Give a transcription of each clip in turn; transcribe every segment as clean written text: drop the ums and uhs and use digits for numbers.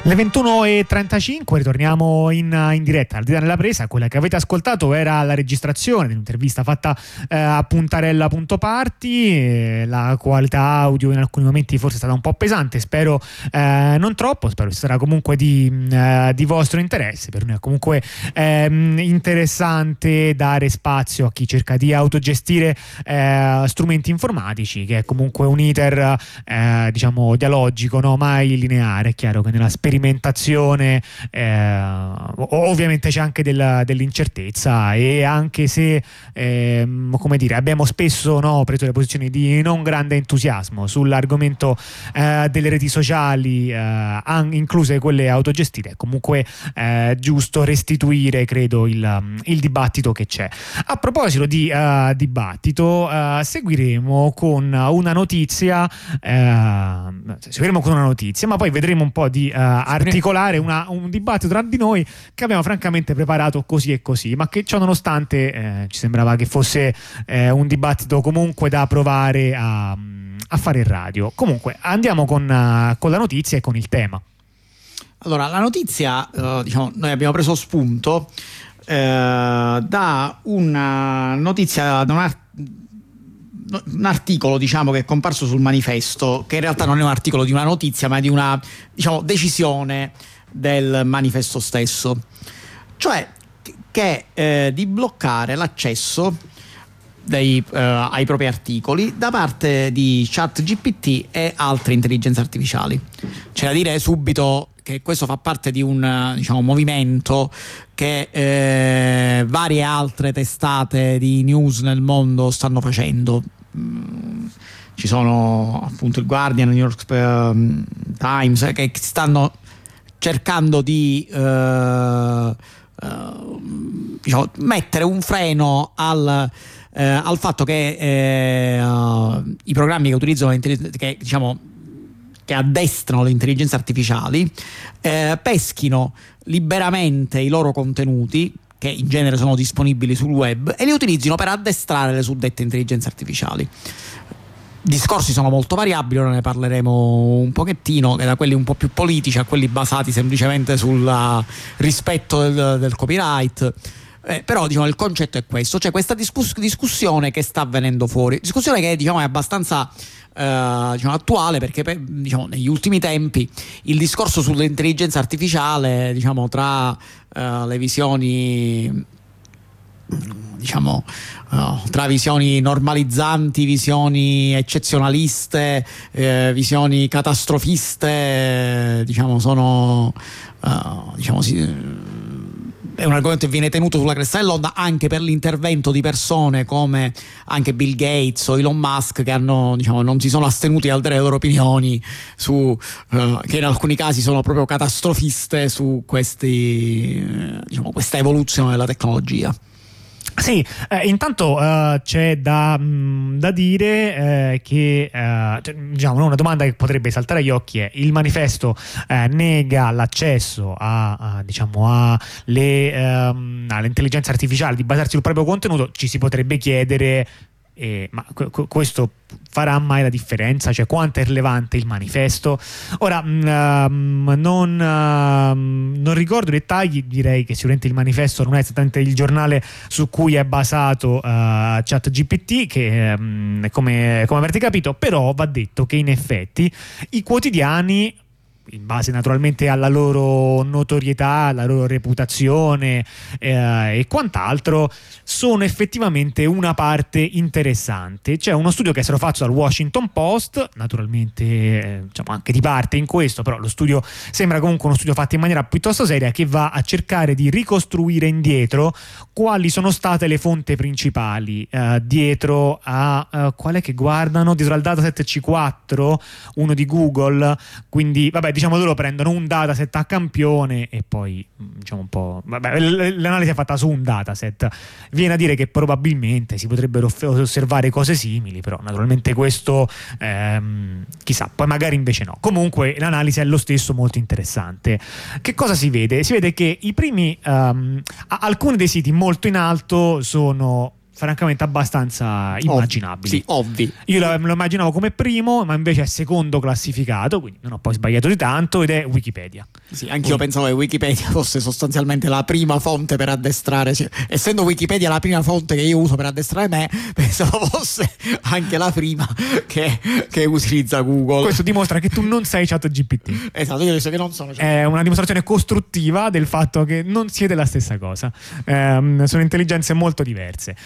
Le 21:35 ritorniamo in diretta al Di là nella presa. Quella che avete ascoltato era la registrazione dell'intervista fatta a Puntarella.party. La qualità audio in alcuni momenti forse è stata un po' pesante, spero non troppo, spero sarà comunque di vostro interesse. Per noi è comunque interessante dare spazio a chi cerca di autogestire strumenti informatici, che è comunque un iter diciamo dialogico, no? Mai lineare. È chiaro che nella sperimentazione ovviamente c'è anche dell'incertezza, e anche se come dire, abbiamo spesso preso le posizioni di non grande entusiasmo sull'argomento delle reti sociali, incluse quelle autogestite, è comunque giusto restituire, credo, il dibattito che c'è. A proposito di dibattito, seguiremo con una notizia, ma poi vedremo un po' di articolare un dibattito tra di noi che abbiamo francamente preparato così e così, ma che ciò nonostante ci sembrava che fosse un dibattito comunque da provare a fare in radio. Comunque andiamo con la notizia e con il tema. Allora, la notizia, noi abbiamo preso spunto da una notizia, da un articolo che è comparso sul Manifesto, che in realtà non è un articolo di una notizia, ma di una decisione del Manifesto stesso, cioè che di bloccare l'accesso ai propri articoli da parte di ChatGPT e altre intelligenze artificiali. C'è da dire subito che questo fa parte di un movimento che varie altre testate di news nel mondo stanno facendo. Ci sono appunto il Guardian, il New York Times, che stanno cercando di mettere un freno al fatto che i programmi che utilizzano che addestrano le intelligenze artificiali peschino liberamente i loro contenuti, che in genere sono disponibili sul web, e li utilizzino per addestrare le suddette intelligenze artificiali. Discorsi sono molto variabili, ora ne parleremo un pochettino, da quelli un po' più politici a quelli basati semplicemente sul rispetto del copyright. Però il concetto è questo: c'è questa discussione che sta avvenendo fuori, discussione che è abbastanza attuale, perché negli ultimi tempi il discorso sull'intelligenza artificiale, tra le visioni tra visioni normalizzanti, visioni eccezionaliste, visioni catastrofiste, è un argomento che viene tenuto sulla cresta dell'onda, anche per l'intervento di persone come anche Bill Gates o Elon Musk, che hanno non si sono astenuti dal dare le loro opinioni su che in alcuni casi sono proprio catastrofiste su questa evoluzione della tecnologia. Sì, intanto c'è da dire che una domanda che potrebbe saltare agli occhi è: il Manifesto nega l'accesso alle intelligenze artificiali di basarsi sul proprio contenuto. Ci si potrebbe chiedere, ma questo farà mai la differenza? Cioè, quanto è rilevante il Manifesto? Ora non ricordo i dettagli, direi che sicuramente il Manifesto non è esattamente il giornale su cui è basato ChatGPT, che come avrete capito, però va detto che in effetti i quotidiani, in base naturalmente alla loro notorietà, alla loro reputazione e quant'altro, sono effettivamente una parte interessante. C'è uno studio che è stato fatto dal Washington Post, naturalmente anche di parte in questo, però lo studio sembra comunque uno studio fatto in maniera piuttosto seria, che va a cercare di ricostruire indietro quali sono state le fonti principali dietro a qual è che guardano, dietro al dataset C4, uno di Google. Quindi loro prendono un dataset a campione e poi l'analisi è fatta su un dataset. Viene a dire che probabilmente si potrebbero osservare cose simili, però naturalmente questo chissà, poi magari invece no. Comunque l'analisi è lo stesso molto interessante. Che cosa si vede? Si vede che i primi alcuni dei siti molto in alto sono francamente abbastanza immaginabili. Sì, ovvi. Io lo immaginavo come primo, ma invece è secondo classificato, quindi non ho poi sbagliato di tanto, ed è Wikipedia. Sì, anch'io pensavo che Wikipedia fosse sostanzialmente la prima fonte per addestrare, cioè, essendo Wikipedia la prima fonte che io uso per addestrare me, pensavo fosse anche la prima che utilizza Google. Questo dimostra che tu non sei ChatGPT. Esatto, io penso che non sono. È una dimostrazione costruttiva del fatto che non siete la stessa cosa. Sono intelligenze molto diverse.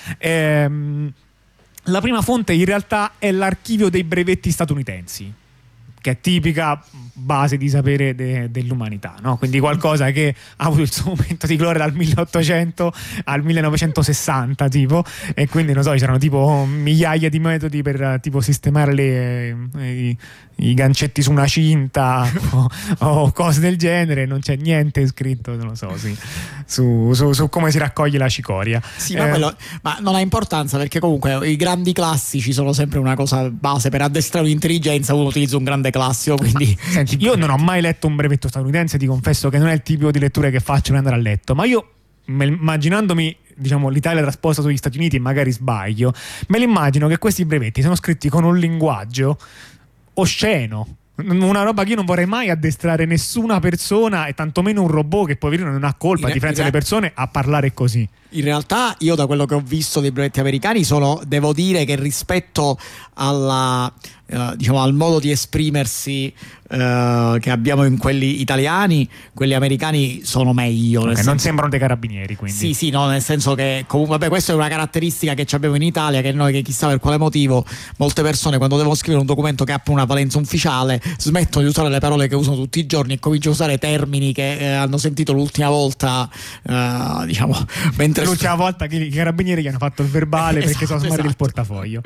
La prima fonte in realtà è l'archivio dei brevetti statunitensi, che è tipica base di sapere dell'umanità, no? Quindi qualcosa che ha avuto il suo momento di gloria dal 1800 al 1960 tipo, e quindi non so, c'erano tipo migliaia di metodi per tipo sistemare i gancetti su una cinta o cose del genere. Non c'è niente scritto, non lo so, sì, su come si raccoglie la cicoria. Sì, ma non ha importanza, perché comunque i grandi classici sono sempre una cosa base. Per addestrare un'intelligenza uno utilizza un grande classico, quindi Senti, io non ho mai letto un brevetto statunitense, ti confesso che non è il tipo di lettura che faccio per andare a letto, ma io, immaginandomi, diciamo, l'Italia trasposta sugli Stati Uniti, e magari sbaglio, me l'immagino che questi brevetti sono scritti con un linguaggio osceno, una roba che io non vorrei mai addestrare nessuna persona, e tantomeno un robot, che poverino non ha colpa, a differenza delle persone, a parlare così. In realtà io, da quello che ho visto dei brevetti americani, devo dire che rispetto diciamo al modo di esprimersi che abbiamo in quelli italiani, quelli americani sono meglio. Okay, non sembrano dei carabinieri, quindi. Sì, no, nel senso che comunque, vabbè, questa è una caratteristica che abbiamo in Italia, che noi, che chissà per quale motivo, molte persone quando devono scrivere un documento che ha una valenza ufficiale smettono di usare le parole che usano tutti i giorni e cominciano a usare termini che hanno sentito l'ultima volta, diciamo, mentre l'ultima volta che i carabinieri gli hanno fatto il verbale perché sono smarriti il portafoglio.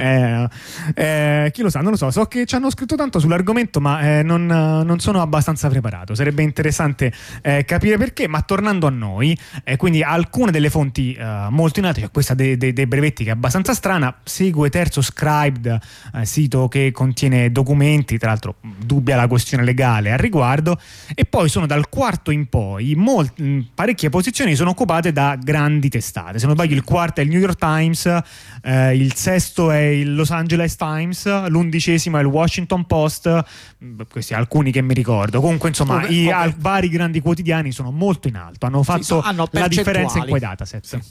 Chi lo sa, non lo so. So che ci hanno scritto tanto sull'argomento, ma non sono abbastanza preparato. Sarebbe interessante capire perché. Ma tornando a noi, quindi alcune delle fonti molto in alto, cioè questa dei brevetti, che è abbastanza strana. Segue Terzo Scribed, sito che contiene documenti, tra l'altro dubbia la questione legale al riguardo. E poi sono dal quarto in poi parecchie posizioni sono occupate da grandi testate. Se non sbaglio, il quarto è il New York Times, il sesto è il Los Angeles Times, l'11° è il Washington Post. Questi alcuni che mi ricordo. Comunque, insomma, vari grandi quadiani sono molto in alto, hanno fatto la differenza in quei dataset. Sì.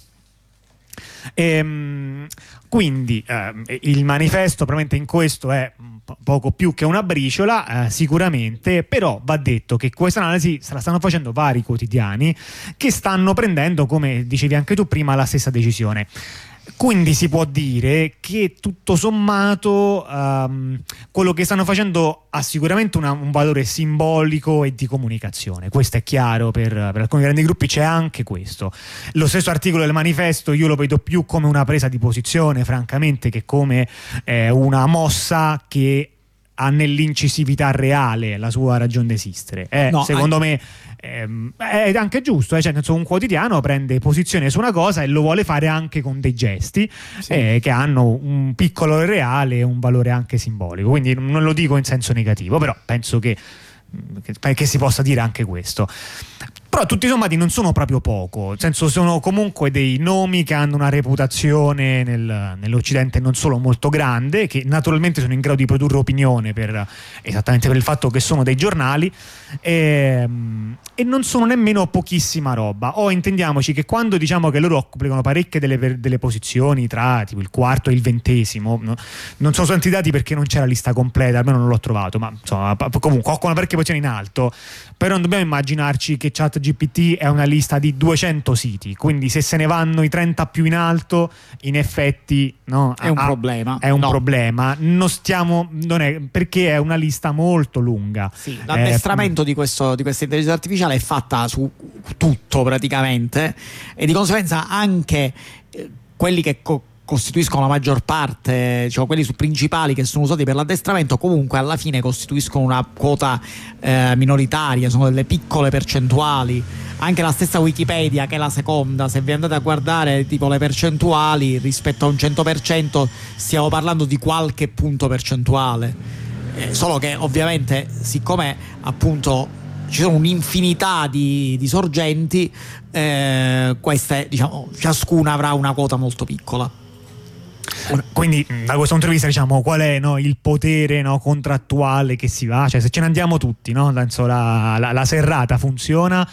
Quindi il manifesto probabilmente in questo è poco più che una briciola, sicuramente, però va detto che questa analisi se la stanno facendo vari quotidiani che stanno prendendo, come dicevi anche tu prima, la stessa decisione. Quindi si può dire che tutto sommato quello che stanno facendo ha sicuramente un valore simbolico e di comunicazione. Questo è chiaro, per alcuni grandi gruppi c'è anche questo. Lo stesso articolo del manifesto io lo vedo più come una presa di posizione, francamente, che come una mossa che ha nell'incisività reale la sua ragione d'esistere. Secondo me è anche giusto, cioè, un quotidiano prende posizione su una cosa e lo vuole fare anche con dei gesti che hanno un piccolo reale e un valore anche simbolico. Quindi non lo dico in senso negativo, però penso che si possa dire anche questo. Però tutti sommati non sono proprio poco, nel senso sono comunque dei nomi che hanno una reputazione nell'Occidente non solo molto grande, che naturalmente sono in grado di produrre opinione esattamente per il fatto che sono dei giornali, e non sono nemmeno pochissima roba. Intendiamoci che quando diciamo che loro occupano parecchie delle posizioni tra tipo il quarto e il 20°, no? Non sono stati dati perché non c'è la lista completa, almeno non l'ho trovato, ma insomma, comunque occupano parecchie posizioni in alto. Però non dobbiamo immaginarci che ChatGPT è una lista di 200 siti, quindi se se ne vanno i 30 più in alto, in effetti no, è un problema. È un problema. Non è perché è una lista molto lunga. Sì, l'addestramento di questa intelligenza artificiale è fatta su tutto praticamente, e di conseguenza anche quelli che costituiscono la maggior parte, cioè quelli principali che sono usati per l'addestramento, comunque alla fine costituiscono una quota minoritaria, sono delle piccole percentuali. Anche la stessa Wikipedia, che è la seconda, se vi andate a guardare tipo le percentuali rispetto a un 100%, stiamo parlando di qualche punto percentuale, solo che ovviamente, siccome appunto ci sono un'infinità di sorgenti, queste, diciamo, ciascuna avrà una quota molto piccola. Quindi da questo punto di vista, diciamo, qual è, no, il potere, no, contrattuale che si va? Cioè, se ce ne andiamo tutti, no? Penso la serrata funziona.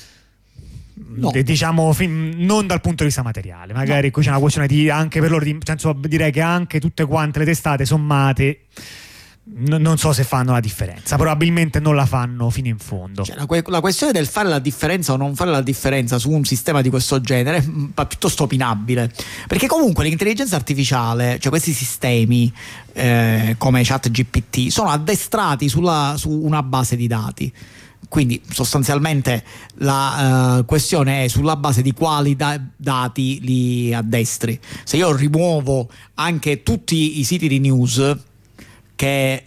No. Diciamo non dal punto di vista materiale, magari qui c'è una questione di, anche per loro, direi che anche tutte quante le testate sommate non so se fanno la differenza, probabilmente non la fanno fino in fondo. Cioè, la questione del fare la differenza o non fare la differenza su un sistema di questo genere è piuttosto opinabile, perché comunque l'intelligenza artificiale, cioè questi sistemi come ChatGPT, sono addestrati su una base di dati. Quindi sostanzialmente la questione è sulla base di quali dati li addestri. Se io rimuovo anche tutti i siti di news che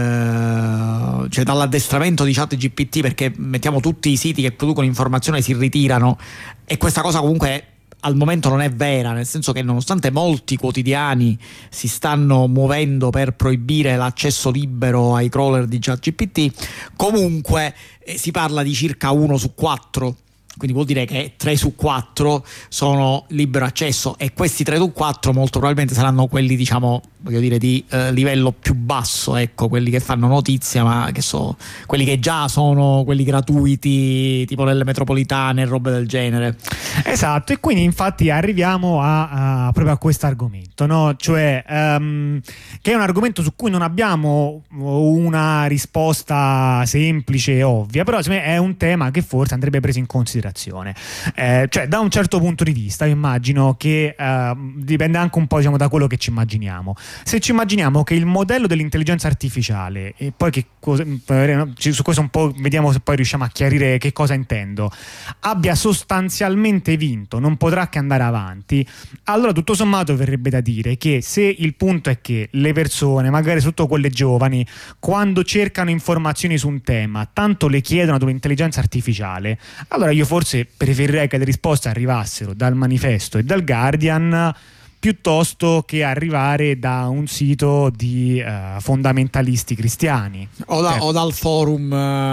cioè dall'addestramento di ChatGPT, perché mettiamo tutti i siti che producono informazione si ritirano, e questa cosa comunque al momento non è vera, nel senso che nonostante molti quotidiani si stanno muovendo per proibire l'accesso libero ai crawler di ChatGPT, comunque si parla di circa 1 su 4, quindi vuol dire che 3 su 4 sono libero accesso, e questi 3 su 4 molto probabilmente saranno quelli, diciamo, voglio dire, di livello più basso, ecco, quelli che fanno notizia, ma che so, quelli che già sono quelli gratuiti, tipo nelle metropolitane e robe del genere. Esatto, e quindi infatti arriviamo proprio a questo argomento, no? Cioè che è un argomento su cui non abbiamo una risposta semplice e ovvia, però è un tema che forse andrebbe preso in considerazione. Cioè, da un certo punto di vista, io immagino che dipende anche un po', diciamo, da quello che ci immaginiamo. Se ci immaginiamo che il modello dell'intelligenza artificiale, e poi su questo un po' vediamo se poi riusciamo a chiarire che cosa intendo, abbia sostanzialmente vinto, non potrà che andare avanti, allora tutto sommato verrebbe da dire che se il punto è che le persone, magari soprattutto quelle giovani, quando cercano informazioni su un tema, tanto le chiedono ad un'intelligenza artificiale, allora io forse preferirei che le risposte arrivassero dal Manifesto e dal Guardian piuttosto che arrivare da un sito di fondamentalisti cristiani o dal forum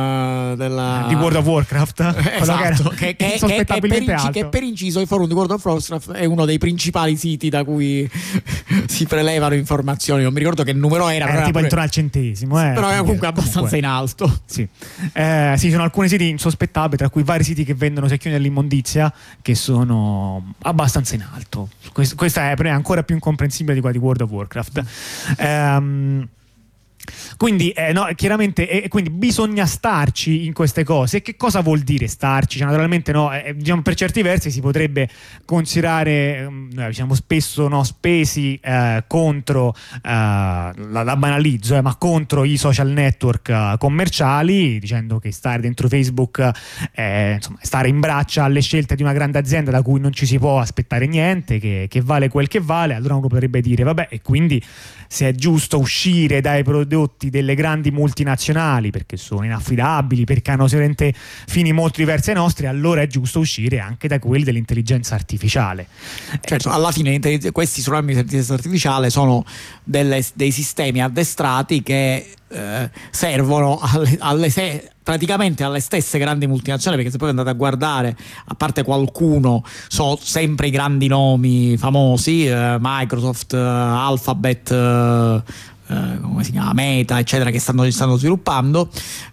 di World of Warcraft, esatto, che per inciso il forum di World of Warcraft è uno dei principali siti da cui si prelevano informazioni. Non mi ricordo che numero era tipo intorno al centesimo, però è comunque abbastanza in alto. Sì, sono alcuni siti insospettabili, tra cui vari siti che vendono secchioni dell'immondizia, che sono abbastanza in alto. Questa è ancora più incomprensibile di quella di World of Warcraft. Quindi no, chiaramente quindi bisogna starci in queste cose. E che cosa vuol dire starci? Cioè, naturalmente no, diciamo, per certi versi si potrebbe considerare diciamo spesso spesi contro la banalizzo, ma contro i social network commerciali, dicendo che stare dentro Facebook insomma, stare in braccia alle scelte di una grande azienda da cui non ci si può aspettare niente, che vale quel che vale. Allora uno potrebbe dire vabbè, e quindi se è giusto uscire dai prodotti delle grandi multinazionali perché sono inaffidabili, perché hanno sicuramente fini molto diversi dai nostri, allora è giusto uscire anche da quelli dell'intelligenza artificiale. Certo, alla fine questi programmi di intelligenza artificiale sono dei sistemi addestrati che servono praticamente alle stesse grandi multinazionali, perché se poi andate a guardare, a parte qualcuno, sono sempre i grandi nomi famosi, Microsoft, Alphabet, come si chiama, Meta, eccetera, che stanno sviluppando.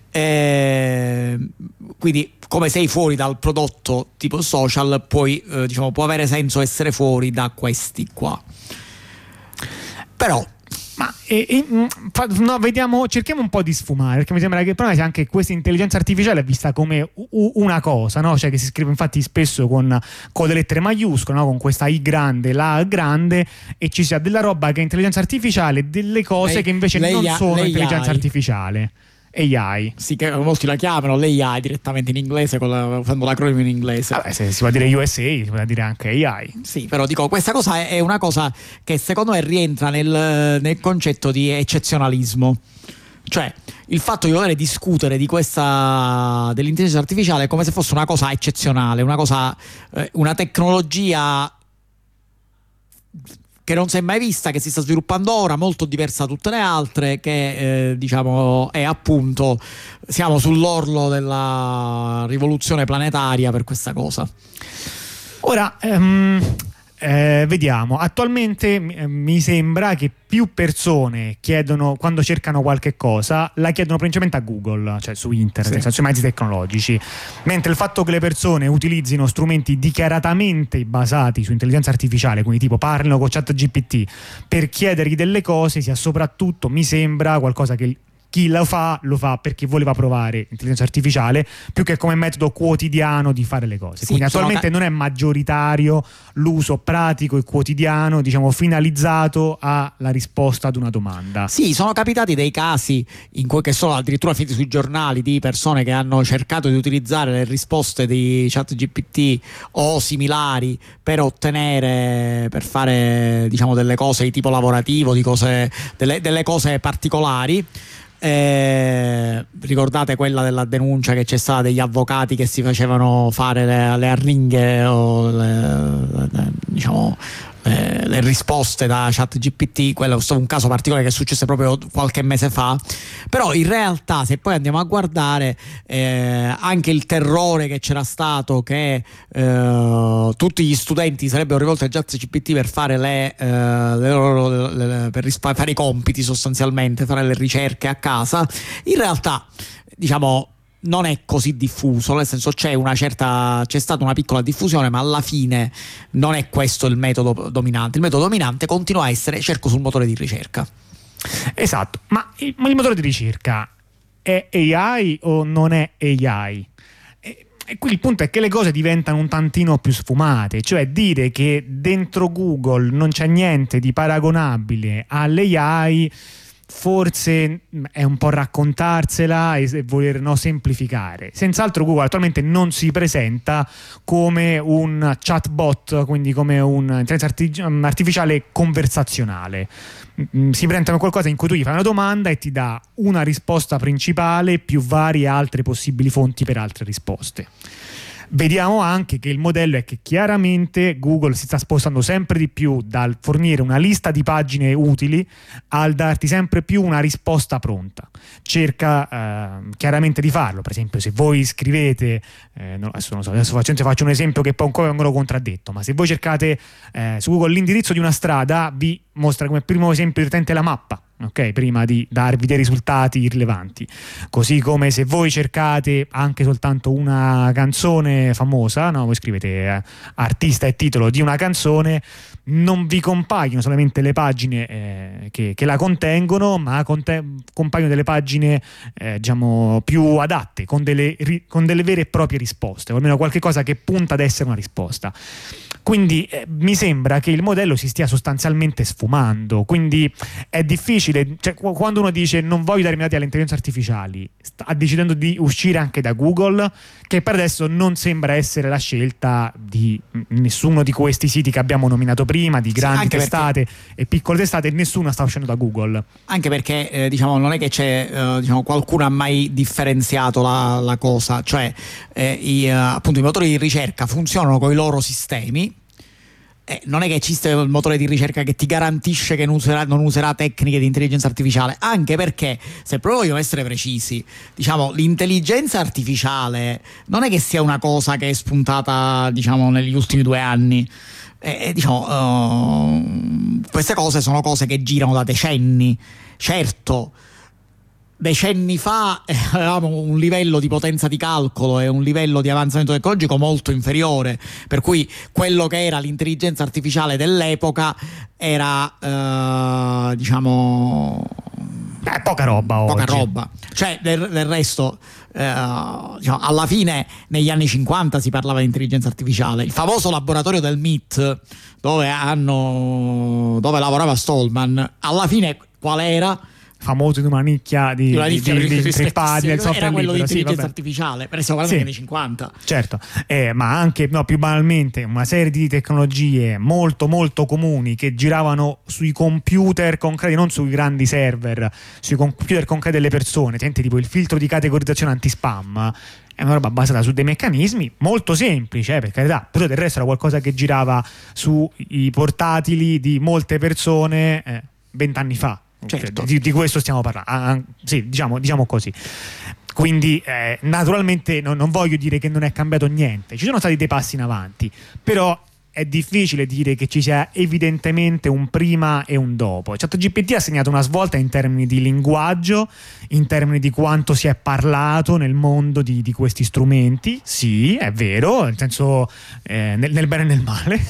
Quindi, come sei fuori dal prodotto tipo social, poi diciamo può avere senso essere fuori da questi qua. Però vediamo, cerchiamo un po' di sfumare, perché mi sembra che però anche questa intelligenza artificiale è vista come una cosa, no? Cioè che si scrive infatti spesso con le lettere maiuscole, no? Con questa I grande, la A grande, e ci sia della roba che è intelligenza artificiale, delle cose che invece non sono intelligenza artificiale. AI. Sì, che molti la chiamano l'AI direttamente in inglese, usando l'acronimo in inglese. Vabbè, se si può dire USA, si può dire anche AI. Sì, però dico, questa cosa è una cosa che secondo me rientra nel concetto di eccezionalismo. Cioè, il fatto di voler discutere di dell'intelligenza artificiale come se fosse una cosa eccezionale, una tecnologia che non si è mai vista, che si sta sviluppando ora, molto diversa da tutte le altre, che diciamo è appunto, siamo sull'orlo della rivoluzione planetaria per questa cosa. Ora vediamo, attualmente mi sembra che più persone chiedono, quando cercano qualche cosa, la chiedono principalmente a Google, cioè su internet, sui mezzi tecnologici, mentre il fatto che le persone utilizzino strumenti dichiaratamente basati su intelligenza artificiale, quindi tipo parlino con ChatGPT per chiedergli delle cose, sia soprattutto, mi sembra, qualcosa che chi lo fa perché voleva provare intelligenza artificiale più che come metodo quotidiano di fare le cose. Quindi attualmente non è maggioritario l'uso pratico e quotidiano, diciamo finalizzato alla risposta ad una domanda. Sì, sono capitati dei casi in cui, che sono addirittura finiti sui giornali, di persone che hanno cercato di utilizzare le risposte di ChatGPT o similari per fare diciamo delle cose di tipo lavorativo, delle cose particolari. Ricordate quella della denuncia che c'è stata degli avvocati che si facevano fare le arringhe o diciamo le risposte da ChatGPT. Quello è stato un caso particolare che è successo proprio qualche mese fa, però in realtà se poi andiamo a guardare anche il terrore che c'era stato che tutti gli studenti sarebbero rivolti a ChatGPT per fare per fare i compiti, sostanzialmente fare le ricerche a casa, in realtà diciamo non è così diffuso, nel senso c'è stata una piccola diffusione, ma alla fine non è questo il metodo dominante. Il metodo dominante continua a essere cerco sul motore di ricerca. Esatto, ma il motore di ricerca è AI o non è AI? E qui il punto è che le cose diventano un tantino più sfumate, cioè dire che dentro Google non c'è niente di paragonabile all'AI forse è un po' raccontarsela e voler semplificare. Senz'altro Google attualmente non si presenta come un chatbot, quindi come un'intelligenza artificiale conversazionale. Si presenta come qualcosa in cui tu gli fai una domanda e ti dà una risposta principale più varie altre possibili fonti per altre risposte. Vediamo anche che il modello è che chiaramente Google si sta spostando sempre di più dal fornire una lista di pagine utili al darti sempre più una risposta pronta. Cerca chiaramente di farlo. Per esempio, se voi scrivete adesso faccio un esempio che poi ancora vengono contraddetto, ma se voi cercate su Google l'indirizzo di una strada, vi mostra come primo esempio direttamente la mappa, ok? Prima di darvi dei risultati rilevanti. Così come se voi cercate anche soltanto una canzone famosa, no? Voi scrivete artista e titolo di una canzone, non vi compaiono solamente le pagine che la contengono, ma compaiono delle pagine diciamo più adatte, con delle vere e proprie risposte, o almeno qualche cosa che punta ad essere una risposta. Quindi mi sembra che il modello si stia sostanzialmente sfumando, quindi è difficile, cioè, quando uno dice non voglio dare i dati alle intelligenze artificiali, sta decidendo di uscire anche da Google, che per adesso non sembra essere la scelta di nessuno di questi siti che abbiamo nominato prima, di grandi testate e piccole testate, nessuno sta uscendo da Google. Anche perché diciamo non è che c'è diciamo, qualcuno ha mai differenziato la cosa, cioè appunto i motori di ricerca funzionano con i loro sistemi. Non è che esiste il motore di ricerca che ti garantisce che non userà tecniche di intelligenza artificiale, anche perché, se proprio vogliamo essere precisi, diciamo l'intelligenza artificiale non è che sia una cosa che è spuntata diciamo negli ultimi 2 anni. Queste cose sono cose che girano da decenni. Certo, decenni fa avevamo un livello di potenza di calcolo e un livello di avanzamento tecnologico molto inferiore, per cui quello che era l'intelligenza artificiale dell'epoca era diciamo poca roba oggi. Poca roba. Cioè del resto diciamo, alla fine negli anni 50 si parlava di intelligenza artificiale. Il famoso laboratorio del MIT dove lavorava Stallman, alla fine qual era? famoso di una nicchia di tre pagine, il software era quello libero, di intelligenza artificiale, per stiamo parlando degli anni 50. Certo, ma anche più banalmente una serie di tecnologie molto molto comuni che giravano sui computer concreti, non sui grandi server, sui computer concreti delle persone, tipo il filtro di categorizzazione anti-spam. È una roba basata su dei meccanismi molto semplici, per carità, però del resto era qualcosa che girava sui portatili di molte persone 20 anni fa. Certo. Di questo stiamo parlando, sì, diciamo così. Quindi naturalmente non voglio dire che non è cambiato niente, ci sono stati dei passi in avanti, però è difficile dire che ci sia evidentemente un prima e un dopo. ChatGPT ha segnato una svolta in termini di linguaggio, in termini di quanto si è parlato nel mondo di questi strumenti. Sì, è vero, nel senso nel bene e nel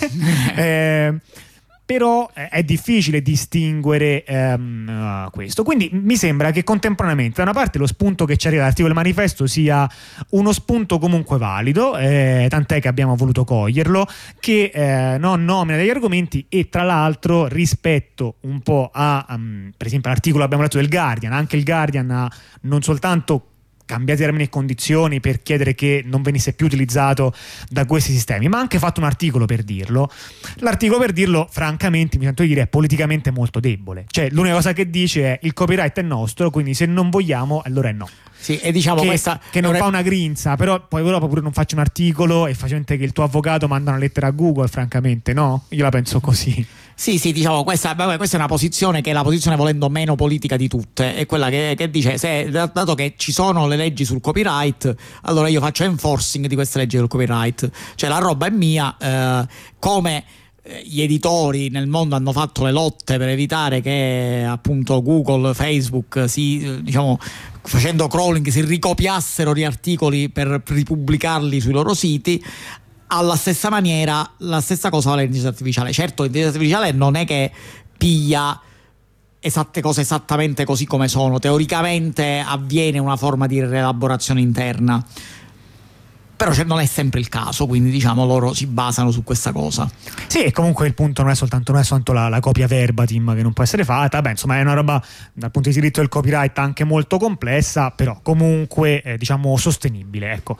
male. Però è difficile distinguere questo. Quindi mi sembra che contemporaneamente da una parte lo spunto che ci arriva dall'articolo del manifesto sia uno spunto comunque valido, tant'è che abbiamo voluto coglierlo, che non nomina degli argomenti e tra l'altro rispetto un po' a per esempio l'articolo abbiamo letto del Guardian, anche il Guardian ha non soltanto cambiati termini e condizioni per chiedere che non venisse più utilizzato da questi sistemi, ma ha anche fatto un articolo per dirlo. L'articolo per dirlo, francamente, mi sento di dire, è politicamente molto debole. Cioè, l'unica cosa che dice è il copyright è nostro, quindi se non vogliamo, allora è no. Sì, e diciamo che non fa una grinza, però poi dopo pure non faccio un articolo e facente che il tuo avvocato manda una lettera a Google, francamente, no? Io la penso così. Sì, diciamo, questa è una posizione che è la posizione volendo meno politica di tutte, è quella che dice, dato che ci sono le leggi sul copyright, allora io faccio enforcing di queste leggi sul copyright, cioè la roba è mia, come gli editori nel mondo hanno fatto le lotte per evitare che appunto Google, Facebook facendo crawling si ricopiassero gli articoli per ripubblicarli sui loro siti. Alla stessa maniera, la stessa cosa vale l'intelligenza artificiale. Certo, l'intelligenza artificiale non è che piglia cose esattamente così come sono. Teoricamente avviene una forma di rielaborazione interna, però non è sempre il caso, quindi diciamo loro si basano su questa cosa. Sì, e comunque il punto non è soltanto la copia verbatim che non può essere fatta. Beh, insomma, è una roba dal punto di diritto del copyright anche molto complessa, però comunque diciamo sostenibile, ecco.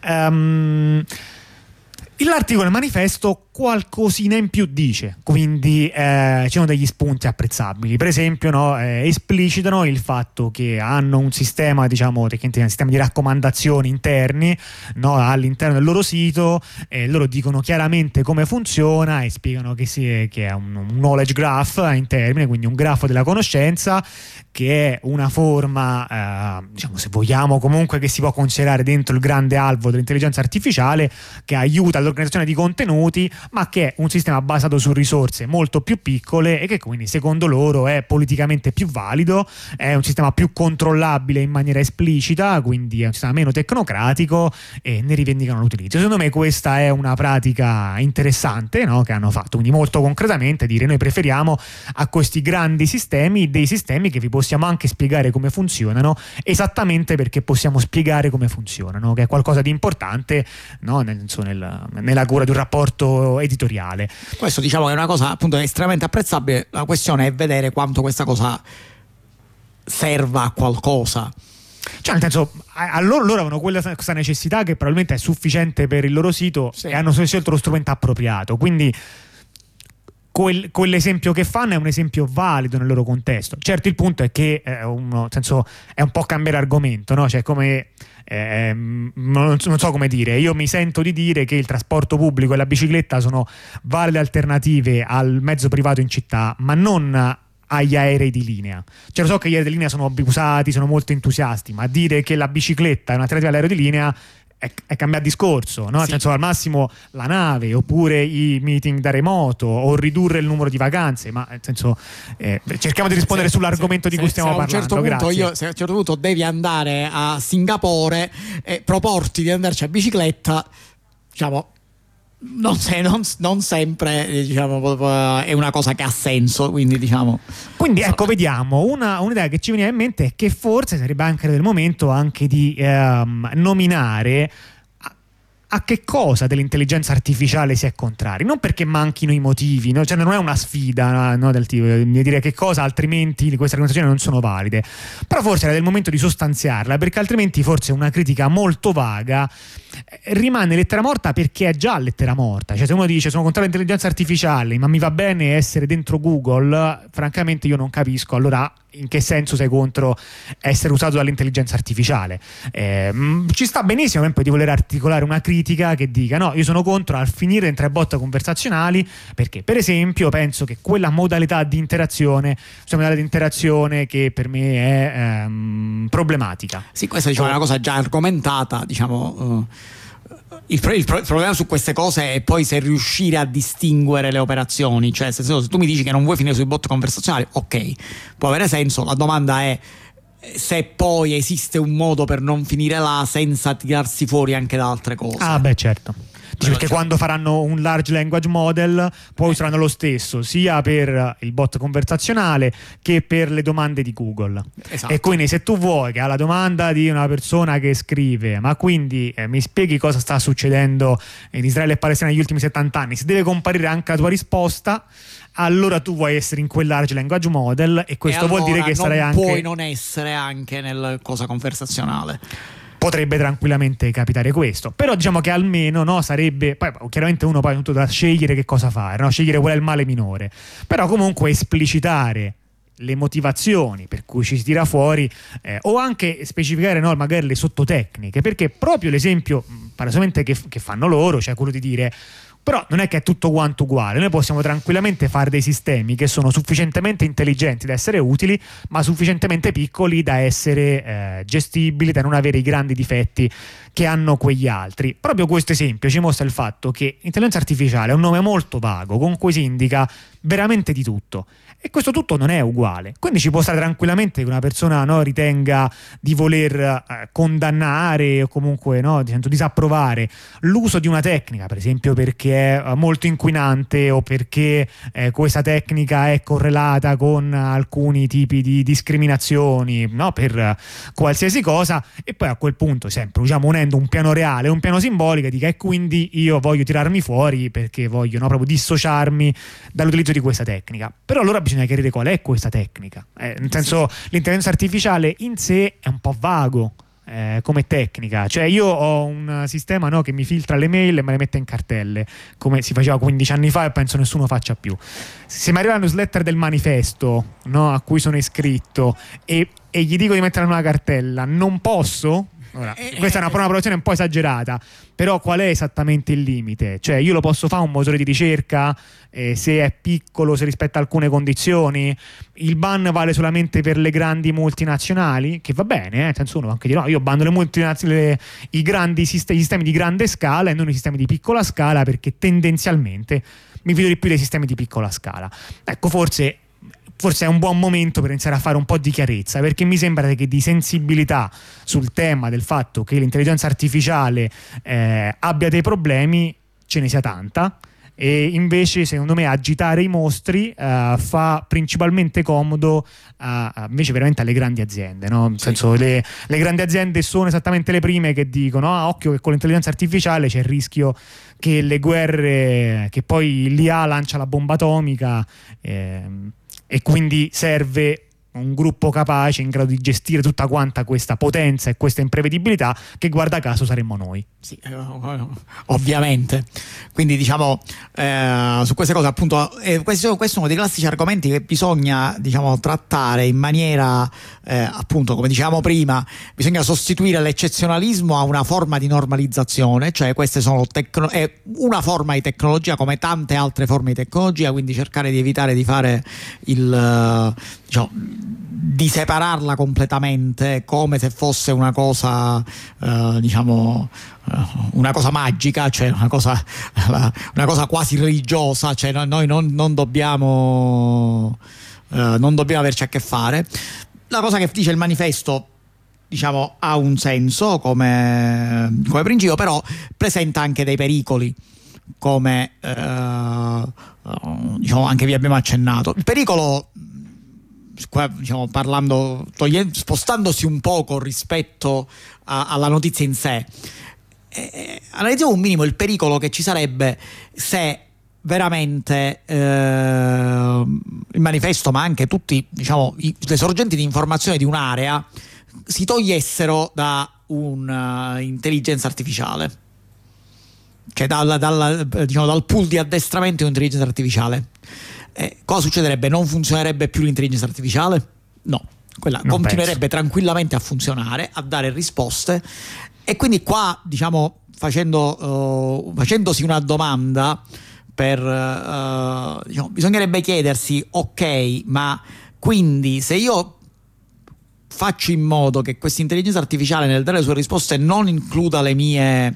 L'articolo del manifesto qualcosina in più dice, quindi ci sono degli spunti apprezzabili. Per esempio, esplicitano il fatto che hanno un sistema, un sistema di raccomandazioni interni, all'interno del loro sito, loro dicono chiaramente come funziona e spiegano che è un knowledge graph in termine, quindi un grafo della conoscenza, che è una forma, se vogliamo, comunque che si può considerare dentro il grande alveo dell'intelligenza artificiale, che aiuta all'organizzazione di contenuti, ma che è un sistema basato su risorse molto più piccole e che quindi secondo loro è politicamente più valido, è un sistema più controllabile in maniera esplicita, quindi è un sistema meno tecnocratico e ne rivendicano l'utilizzo. Secondo me questa è una pratica interessante, che hanno fatto, quindi molto concretamente dire noi preferiamo a questi grandi sistemi dei sistemi che vi possiamo anche spiegare come funzionano, esattamente perché possiamo spiegare come funzionano, che è qualcosa di importante nella cura di un rapporto editoriale. Questo diciamo che è una cosa appunto estremamente apprezzabile. La questione è vedere quanto questa cosa serva a qualcosa. Cioè, nel senso, loro avevano questa necessità che probabilmente è sufficiente per il loro sito, sì, e hanno scelto lo strumento appropriato, quindi quell'esempio che fanno è un esempio valido nel loro contesto. Certo, il punto è che è un po' cambiare argomento, no? Cioè, come non so come dire, io mi sento di dire che il trasporto pubblico e la bicicletta sono valide alternative al mezzo privato in città, ma non agli aerei di linea. Cioè, lo so che gli aerei di linea sono abusati, sono molto entusiasti, ma dire che la bicicletta è un'alternativa all'aereo di linea è cambiare discorso, no? Nel senso, al massimo la nave, oppure i meeting da remoto, o ridurre il numero di vacanze, ma nel senso cerchiamo di rispondere sull'argomento di cui stiamo parlando. Se a un certo punto devi andare a Singapore e proporti di andarci a bicicletta, diciamo non sempre è una cosa che ha senso, quindi ecco, vediamo un'idea che ci veniva in mente è che forse sarebbe anche del momento anche di nominare a che cosa dell'intelligenza artificiale si è contrari? Non perché manchino i motivi, no? Cioè non è una sfida, no, del tipo di dire che cosa altrimenti queste argomentazioni non sono valide, però forse era del momento di sostanziarla, perché altrimenti forse una critica molto vaga rimane lettera morta, perché è già lettera morta. Cioè se uno dice sono contro l'intelligenza artificiale ma mi va bene essere dentro Google, francamente io non capisco allora in che senso sei contro essere usato dall'intelligenza artificiale. Ci sta benissimo poi di voler articolare una critica che dica no, io sono contro al finire entre bot conversazionali, perché per esempio penso che quella modalità di interazione che per me è problematica. Sì, questa diciamo è una cosa già argomentata, diciamo. Il problema su queste cose è poi se riuscire a distinguere le operazioni, cioè se tu mi dici che non vuoi finire sui bot conversazionali, ok, può avere senso. La domanda è se poi esiste un modo per non finire là senza tirarsi fuori anche da altre cose. Ah beh, certo. Perché quando faranno un large language model poi useranno lo stesso sia per il bot conversazionale che per le domande di Google. Esatto. E quindi se tu vuoi che alla domanda di una persona che scrive ma quindi mi spieghi cosa sta succedendo in Israele e Palestina negli ultimi 70 anni, se deve comparire anche la tua risposta, allora tu vuoi essere in quel large language model e questo vuol dire che sarai anche... non puoi non essere anche nel cosa conversazionale. Potrebbe tranquillamente capitare questo, però diciamo che almeno no, sarebbe poi chiaramente uno poi tutto da scegliere che cosa fare, no? Scegliere qual è il male minore, però comunque esplicitare le motivazioni per cui ci si tira fuori o anche specificare no, magari le sottotecniche, perché proprio l'esempio paradossalmente che fanno loro, cioè quello di dire però non è che è tutto quanto uguale, noi possiamo tranquillamente fare dei sistemi che sono sufficientemente intelligenti da essere utili ma sufficientemente piccoli da essere gestibili, da non avere i grandi difetti che hanno quegli altri. Proprio questo esempio ci mostra il fatto che intelligenza artificiale è un nome molto vago con cui si indica veramente di tutto e questo tutto non è uguale, quindi ci può stare tranquillamente che una persona no, ritenga di voler condannare o comunque no, disapprovare l'uso di una tecnica, per esempio perché è molto inquinante o perché questa tecnica è correlata con alcuni tipi di discriminazioni, no, per qualsiasi cosa, e poi a quel punto sempre unendo un piano reale e un piano simbolico dica e quindi io voglio tirarmi fuori perché voglio no, proprio dissociarmi dall'utilizzo di questa tecnica. Però allora bisogna chiarire qual è questa tecnica, nel senso l'intelligenza artificiale in sé è un po' vago come tecnica, cioè io ho un sistema no, che mi filtra le mail e me le mette in cartelle come si faceva 15 anni fa e penso nessuno faccia più. Se mi arriva la newsletter del manifesto no, a cui sono iscritto e gli dico di metterla in una cartella, non posso? Ora, questa è una provocazione un po' esagerata, però qual è esattamente il limite? Cioè io lo posso fare un motore di ricerca se è piccolo, se rispetta alcune condizioni? Il ban vale solamente per le grandi multinazionali, che va bene, nel senso uno anche dire no, io bando le multinazionali, i grandi sistemi di grande scala e non i sistemi di piccola scala, perché tendenzialmente mi fido di più dei sistemi di piccola scala. Ecco, forse è un buon momento per iniziare a fare un po' di chiarezza, perché mi sembra che di sensibilità sul tema del fatto che l'intelligenza artificiale abbia dei problemi ce ne sia tanta, e invece secondo me agitare i mostri fa principalmente comodo invece veramente alle grandi aziende, no? Nel senso le grandi aziende sono esattamente le prime che dicono occhio che con l'intelligenza artificiale c'è il rischio che le guerre, che poi l'IA lancia la bomba atomica e quindi serve un gruppo capace in grado di gestire tutta quanta questa potenza e questa imprevedibilità, che guarda caso saremmo noi. Sì, ovviamente. Quindi diciamo su queste cose appunto questo è uno dei classici argomenti che bisogna diciamo trattare in maniera appunto come dicevamo prima, bisogna sostituire l'eccezionalismo a una forma di normalizzazione, cioè queste sono è una forma di tecnologia come tante altre forme di tecnologia, quindi cercare di evitare di fare diciamo di separarla completamente come se fosse una cosa diciamo una cosa magica, cioè una cosa quasi religiosa, cioè noi non dobbiamo averci a che fare. La cosa che dice il manifesto diciamo ha un senso come principio, però presenta anche dei pericoli, come diciamo anche vi abbiamo accennato. Il pericolo, diciamo spostandosi un poco rispetto alla notizia in sé, analizziamo un minimo il pericolo che ci sarebbe se veramente il manifesto, ma anche tutti, diciamo, le sorgenti di informazione di un'area si togliessero da un'intelligenza artificiale, cioè dal pool di addestramento di un'intelligenza artificiale. Cosa succederebbe? Non funzionerebbe più l'intelligenza artificiale? No, quella non continuerebbe tranquillamente a funzionare, a dare risposte. E quindi qua, diciamo, facendosi una domanda, diciamo, bisognerebbe chiedersi: ok, ma quindi se io faccio in modo che questa intelligenza artificiale nel dare le sue risposte non includa le mie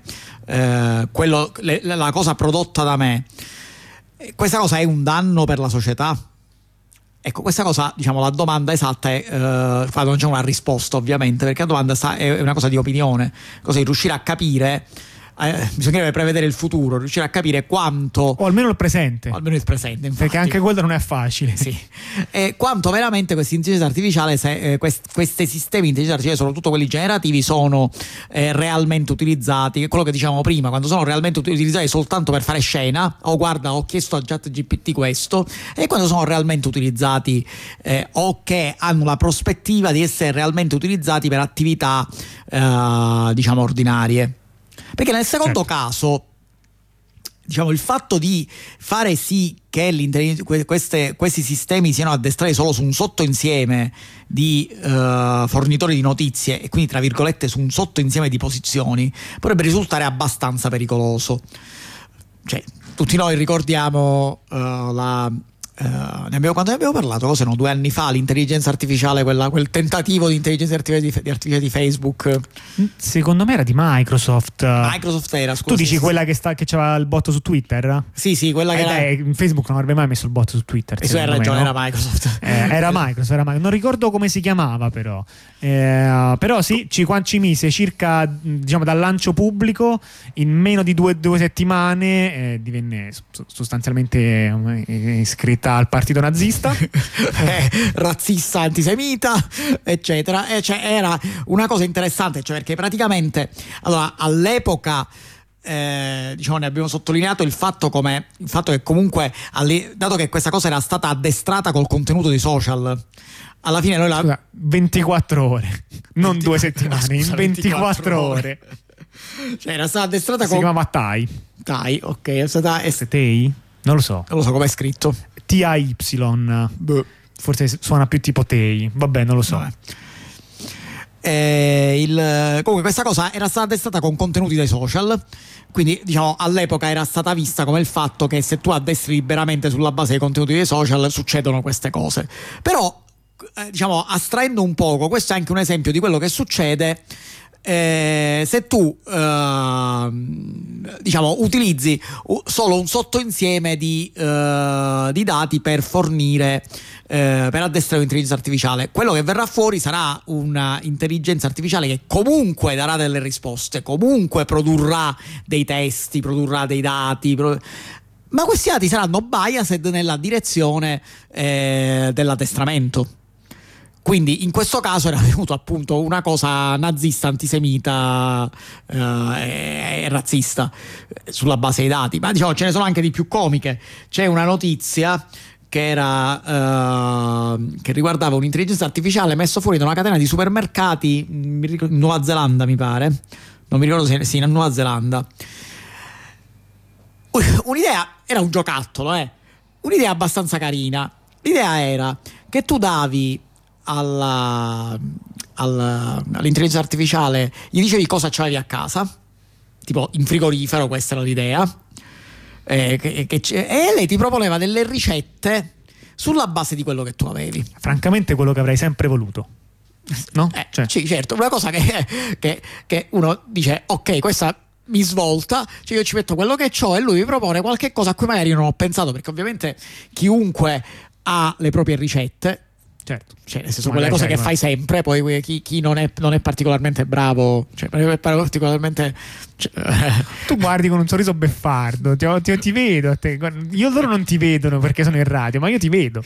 la cosa prodotta da me, questa cosa è un danno per la società? Ecco, questa cosa, diciamo, la domanda esatta è, qua non c'è una risposta ovviamente, perché la domanda è una cosa di opinione, cosa di riuscire a capire. Bisognerebbe prevedere il futuro, riuscire a capire quanto, o almeno il presente, infatti, perché anche quello non è facile. Sì. Quanto veramente questa intelligenza artificiale, questi sistemi di intelligenza artificiale, soprattutto quelli generativi, sono realmente utilizzati, quello che dicevamo prima, quando sono realmente utilizzati soltanto per fare scena, guarda, ho chiesto a ChatGPT questo, e quando sono realmente utilizzati o che hanno la prospettiva di essere realmente utilizzati per attività diciamo ordinarie. Perché nel secondo caso, diciamo, il fatto di fare sì che questi sistemi siano addestrati solo su un sottoinsieme di fornitori di notizie, e quindi tra virgolette su un sottoinsieme di posizioni, potrebbe risultare abbastanza pericoloso. Cioè, tutti noi ricordiamo quando ne abbiamo parlato, cos'erano 2 anni fa, l'intelligenza artificiale, quel tentativo di intelligenza artificiale di Facebook. Secondo me era di Microsoft. Microsoft era, scusa. Tu dici quella che c'aveva il bot su Twitter? Sì, quella che era. Facebook non avrebbe mai messo il bot su Twitter. E tu hai ragione, no? era Microsoft. Era Microsoft. Non ricordo come si chiamava, però. Però sì, ci mise circa, diciamo, dal lancio pubblico, in meno di due settimane divenne sostanzialmente iscritta al partito nazista, razzista, antisemita, eccetera. Cioè, era una cosa interessante, cioè, perché praticamente, allora, all'epoca diciamo, ne abbiamo sottolineato il fatto che comunque, dato che questa cosa era stata addestrata col contenuto dei social, alla fine noi 24 ore, non 2 settimane, in 24 ore. Cioè, era stata addestrata si chiamava Tai, ok, è stata Tei? Non lo so come è scritto. TAY, forse suona più tipo Tei, vabbè, non lo so. Comunque questa cosa era stata addestrata con contenuti dai social, quindi, diciamo, all'epoca era stata vista come il fatto che se tu addestri liberamente sulla base dei contenuti dei social succedono queste cose. Però, diciamo, astraendo un poco, questo è anche un esempio di quello che succede se tu diciamo, utilizzi solo un sottoinsieme di dati per fornire per addestrare un'intelligenza artificiale. Quello che verrà fuori sarà una intelligenza artificiale che comunque darà delle risposte, comunque produrrà dei testi, produrrà dei dati, ma questi dati saranno biased nella direzione dell'addestramento. Quindi in questo caso era venuto appunto una cosa nazista, antisemita e razzista sulla base dei dati. Ma, diciamo, ce ne sono anche di più comiche. C'è una notizia che riguardava un'intelligenza artificiale messa fuori da una catena di supermercati in Nuova Zelanda, mi pare. Non mi ricordo se sì, in Nuova Zelanda. Un'idea, era un giocattolo, un'idea abbastanza carina. L'idea era che tu davi all'intelligenza artificiale, gli dicevi cosa c'avevi a casa, tipo in frigorifero, questa era l'idea, e lei ti proponeva delle ricette sulla base di quello che tu avevi. Francamente, quello che avrei sempre voluto, no? Cioè. Sì, certo, una cosa che uno dice: ok, questa mi svolta, cioè io ci metto quello che c'ho e lui mi propone qualche cosa a cui magari io non ho pensato, perché ovviamente chiunque ha le proprie ricette. certo. Cioè, nel senso, quelle cose che fai sempre, poi chi non è particolarmente bravo, cioè non è particolarmente. Tu guardi con un sorriso beffardo, ti vedo. Loro non ti vedono perché sono in radio, ma io ti vedo.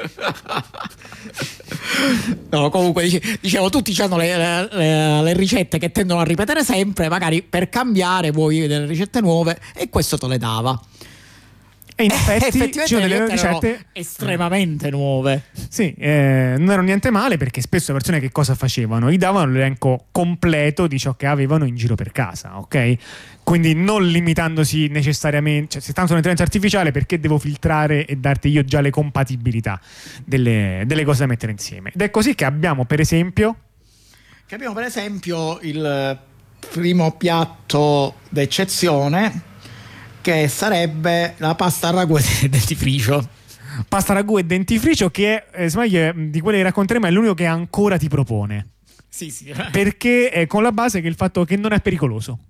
No, comunque dicevo, tutti hanno le ricette che tendono a ripetere sempre, magari per cambiare vuoi delle ricette nuove, e questo te le dava. E in effetti ci sono delle ricette estremamente nuove. Sì, non erano niente male, perché spesso le persone che cosa facevano? Gli davano l'elenco completo di ciò che avevano in giro per casa, ok? Quindi non limitandosi necessariamente, cioè, se tanto sono un'intelligenza artificiale, perché devo filtrare e darti io già le compatibilità delle cose da mettere insieme? Ed è così che abbiamo per esempio il primo piatto d'eccezione, che sarebbe la pasta al ragù e dentifricio. Pasta ragù e dentifricio, che è, di quelle che racconteremo, è l'unico che ancora ti propone. Sì. Perché è con la base che il fatto che non è pericoloso.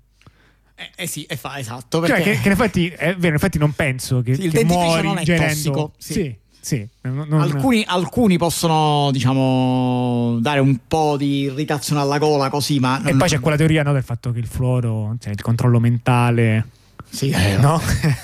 Sì, esatto. Perché Cioè, che in effetti è vero, in effetti non penso che, il che dentifricio muori non è tossico. Sì. Alcuni possono, diciamo, dare un po' di irritazione alla gola, così, ma e poi c'è quella teoria, no, del fatto che il fluoro, cioè il controllo mentale. Sì, no?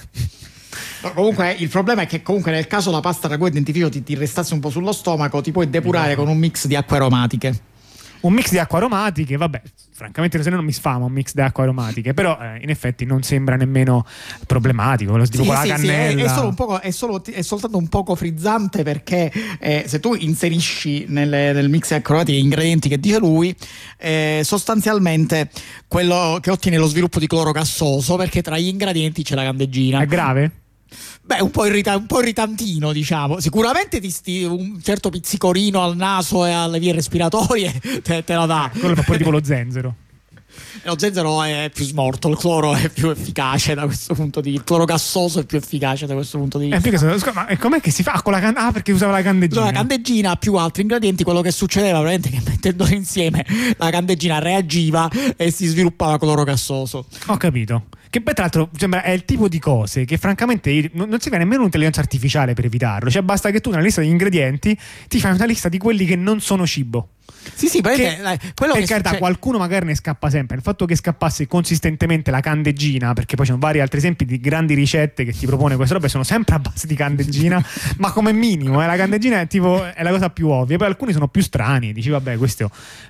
No, comunque il problema è che comunque nel caso la pasta ragù e dentifricio ti restasse un po' sullo stomaco, ti puoi depurare con un mix di acque aromatiche. Un mix di acque aromatiche, vabbè, francamente se no non mi sfama un mix di acque aromatiche, però in effetti non sembra nemmeno problematico, lo tipo con la cannella. È soltanto un poco frizzante, perché se tu inserisci nel mix di acque aromatiche ingredienti che dice lui, sostanzialmente quello che ottiene lo sviluppo di cloro gassoso, perché tra gli ingredienti c'è la candeggina. È grave? Beh, un po' irritantino, diciamo. Sicuramente un certo pizzicorino al naso e alle vie respiratorie te la dà. Quello fa poi tipo lo zenzero. Lo zenzero è più smorto, il cloro è più efficace da questo punto di vista. Il cloro gassoso è più efficace da questo punto di vista. Ma com'è che si fa con la candeggina? Ah, perché usava la candeggina. La candeggina più altri ingredienti. Quello che succedeva veramente che mettendolo insieme la candeggina reagiva e si sviluppava cloro gassoso. Ho capito. Che poi tra l'altro sembra è il tipo di cose che francamente non serve nemmeno un'intelligenza artificiale per evitarlo. Cioè basta che tu nella lista degli ingredienti ti fai una lista di quelli che non sono cibo. Sì, perché quello per carità, qualcuno magari ne scappa sempre. Il fatto che scappasse consistentemente la candeggina, perché poi ci sono vari altri esempi di grandi ricette che ti propone queste robe, sono sempre a base di candeggina, ma come minimo la candeggina è la cosa più ovvia. Poi alcuni sono più strani, dici vabbè, questo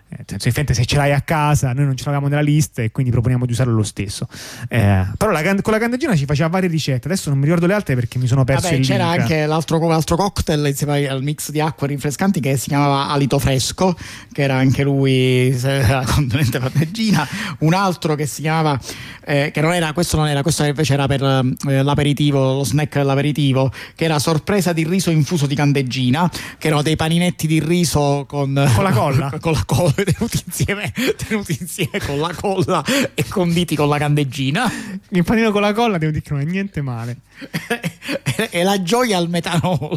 se ce l'hai a casa, noi non ce l'avevamo nella lista e quindi proponiamo di usarlo lo stesso. Però con la candeggina ci faceva varie ricette, adesso non mi ricordo le altre perché mi sono perso il link. C'era anche l'altro cocktail insieme al mix di acque rinfrescanti che si chiamava Alito Fresco, che era anche lui la componente candeggina. Un altro che si chiamava questo invece era per l'aperitivo, lo snack dell'aperitivo, che era sorpresa di riso infuso di candeggina, che erano dei paninetti di riso con la colla con la colla, tenuti insieme con la colla e conditi con la candeggina. Il panino con la colla devo dire che non è niente male. E la gioia al metanolo.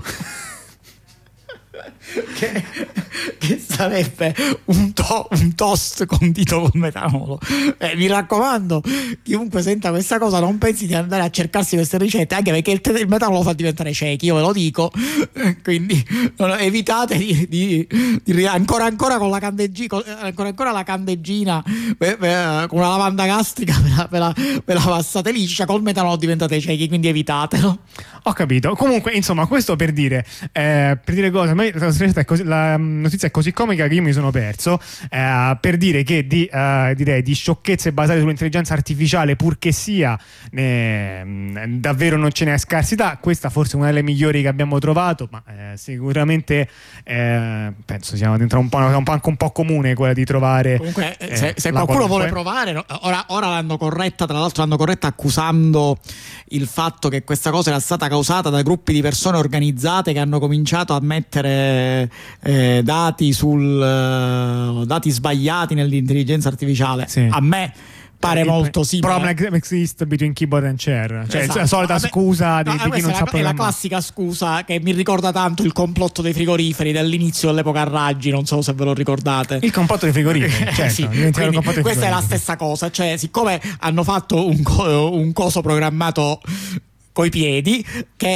Che sarebbe un toast condito col metanolo. Mi raccomando, chiunque senta questa cosa non pensi di andare a cercarsi queste ricette, anche perché il metanolo fa diventare ciechi, io ve lo dico. Quindi evitate di ancora con la candeggina, ancora la candeggina con una lavanda gastrica ve la passate liscia, col metanolo diventate ciechi, quindi evitatelo. Ho capito. Comunque, insomma, questo per dire cosa, la notizia è così comica che io mi sono perso, per dire che direi di sciocchezze basate sull'intelligenza artificiale, purché sia davvero non ce n'è scarsità. Questa forse è una delle migliori che abbiamo trovato, ma sicuramente penso sia dentro anche un po' comune quella di trovare. Comunque se qualcuno vuole provare, ora l'hanno corretta, tra l'altro l'hanno corretta accusando il fatto che questa cosa era stata causata da gruppi di persone organizzate che hanno cominciato a mettere dati sbagliati nell'intelligenza artificiale. Sì. A me pare molto simile. Problem exists between keyboard and chair. Cioè esatto. La solita scusa di chi non sa programmare. È la classica scusa che mi ricorda tanto il complotto dei frigoriferi dell'inizio dell'epoca a raggi, non so se ve lo ricordate. Il complotto dei frigoriferi, certo. Sì, questa è la stessa cosa, cioè siccome hanno fatto un coso programmato coi piedi che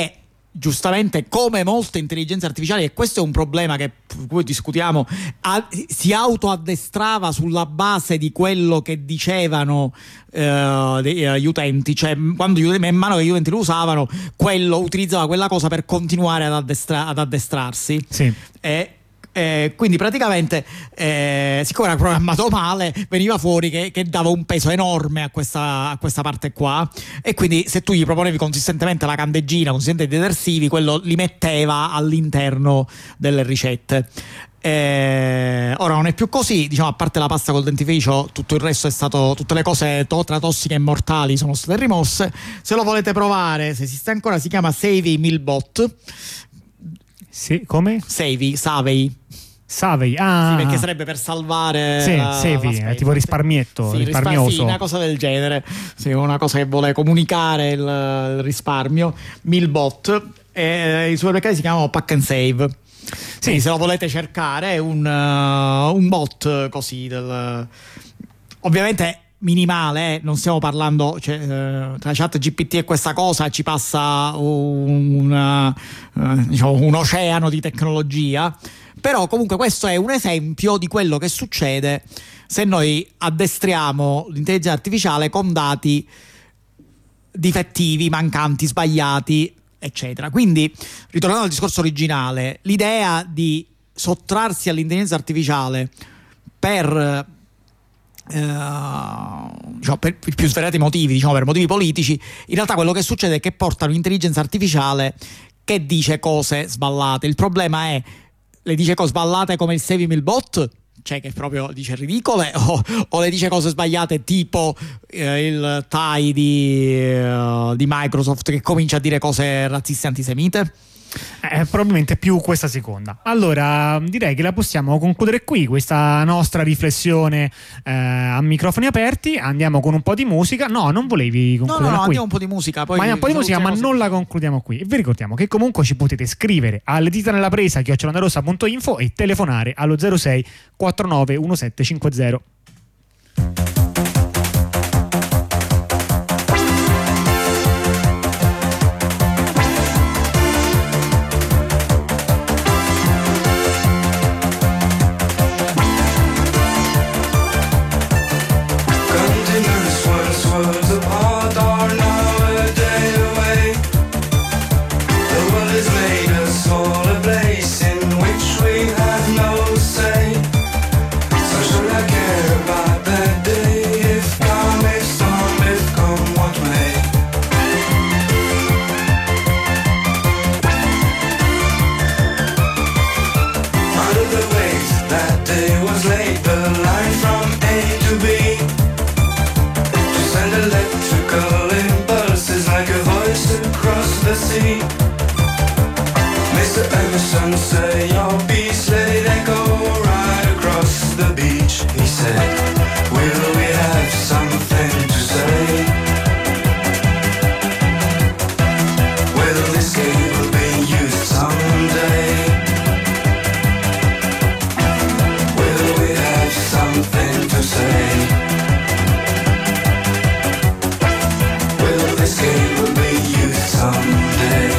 giustamente, come molte intelligenze artificiali, e questo è un problema che poi discutiamo, si autoaddestrava sulla base di quello che dicevano gli utenti, cioè quando man mano che gli utenti lo usavano, quello utilizzava quella cosa per continuare ad addestrarsi. Sì. Quindi praticamente siccome era programmato male, veniva fuori che dava un peso enorme a questa parte qua, e quindi se tu gli proponevi consistentemente la candeggina, consistentemente i detersivi, quello li metteva all'interno delle ricette. Ora non è più così, diciamo, a parte la pasta col dentifricio, tutto il resto è stato, tutte le cose tra tossiche e mortali sono state rimosse. Se lo volete provare, se esiste ancora, si chiama Savey Mealbot. Sì, come? Savey. Savey, sì, perché sarebbe per salvare. Sì, Savey, tipo risparmietto, sì, risparmioso. Sì, una cosa del genere. Sì, una cosa che vuole comunicare il risparmio. Mealbot. I supermercati si chiamano Pack and Save. Sì, se lo volete cercare, è un bot così ovviamente minimale, non stiamo parlando, cioè, tra ChatGPT e questa cosa ci passa diciamo, un oceano di tecnologia, però comunque questo è un esempio di quello che succede se noi addestriamo l'intelligenza artificiale con dati difettivi, mancanti, sbagliati, eccetera. Quindi, ritornando al discorso originale, l'idea di sottrarsi all'intelligenza artificiale per più svariati motivi, diciamo per motivi politici, in realtà quello che succede è che porta un'intelligenza artificiale che dice cose sballate. Il problema è, le dice cose sballate come il Savey Mealbot, cioè che proprio dice ridicole, o le dice cose sbagliate tipo il TAI di Microsoft che comincia a dire cose razziste e antisemite? Probabilmente più questa seconda. Allora direi che la possiamo concludere qui questa nostra riflessione a microfoni aperti. Andiamo con un po' di musica. No, non volevi concludere qui? No, andiamo un po' di musica, poi un po' di musica, ma non la concludiamo qui. E vi ricordiamo che comunque ci potete scrivere alle dita nella presa @ondarossa.info e telefonare allo 06 49 1750. Mr. Emerson say your beats let it echo right across the beach. He said, will we have something to say? Will this cable be used someday? Will we have something to say? Will this cable be used someday?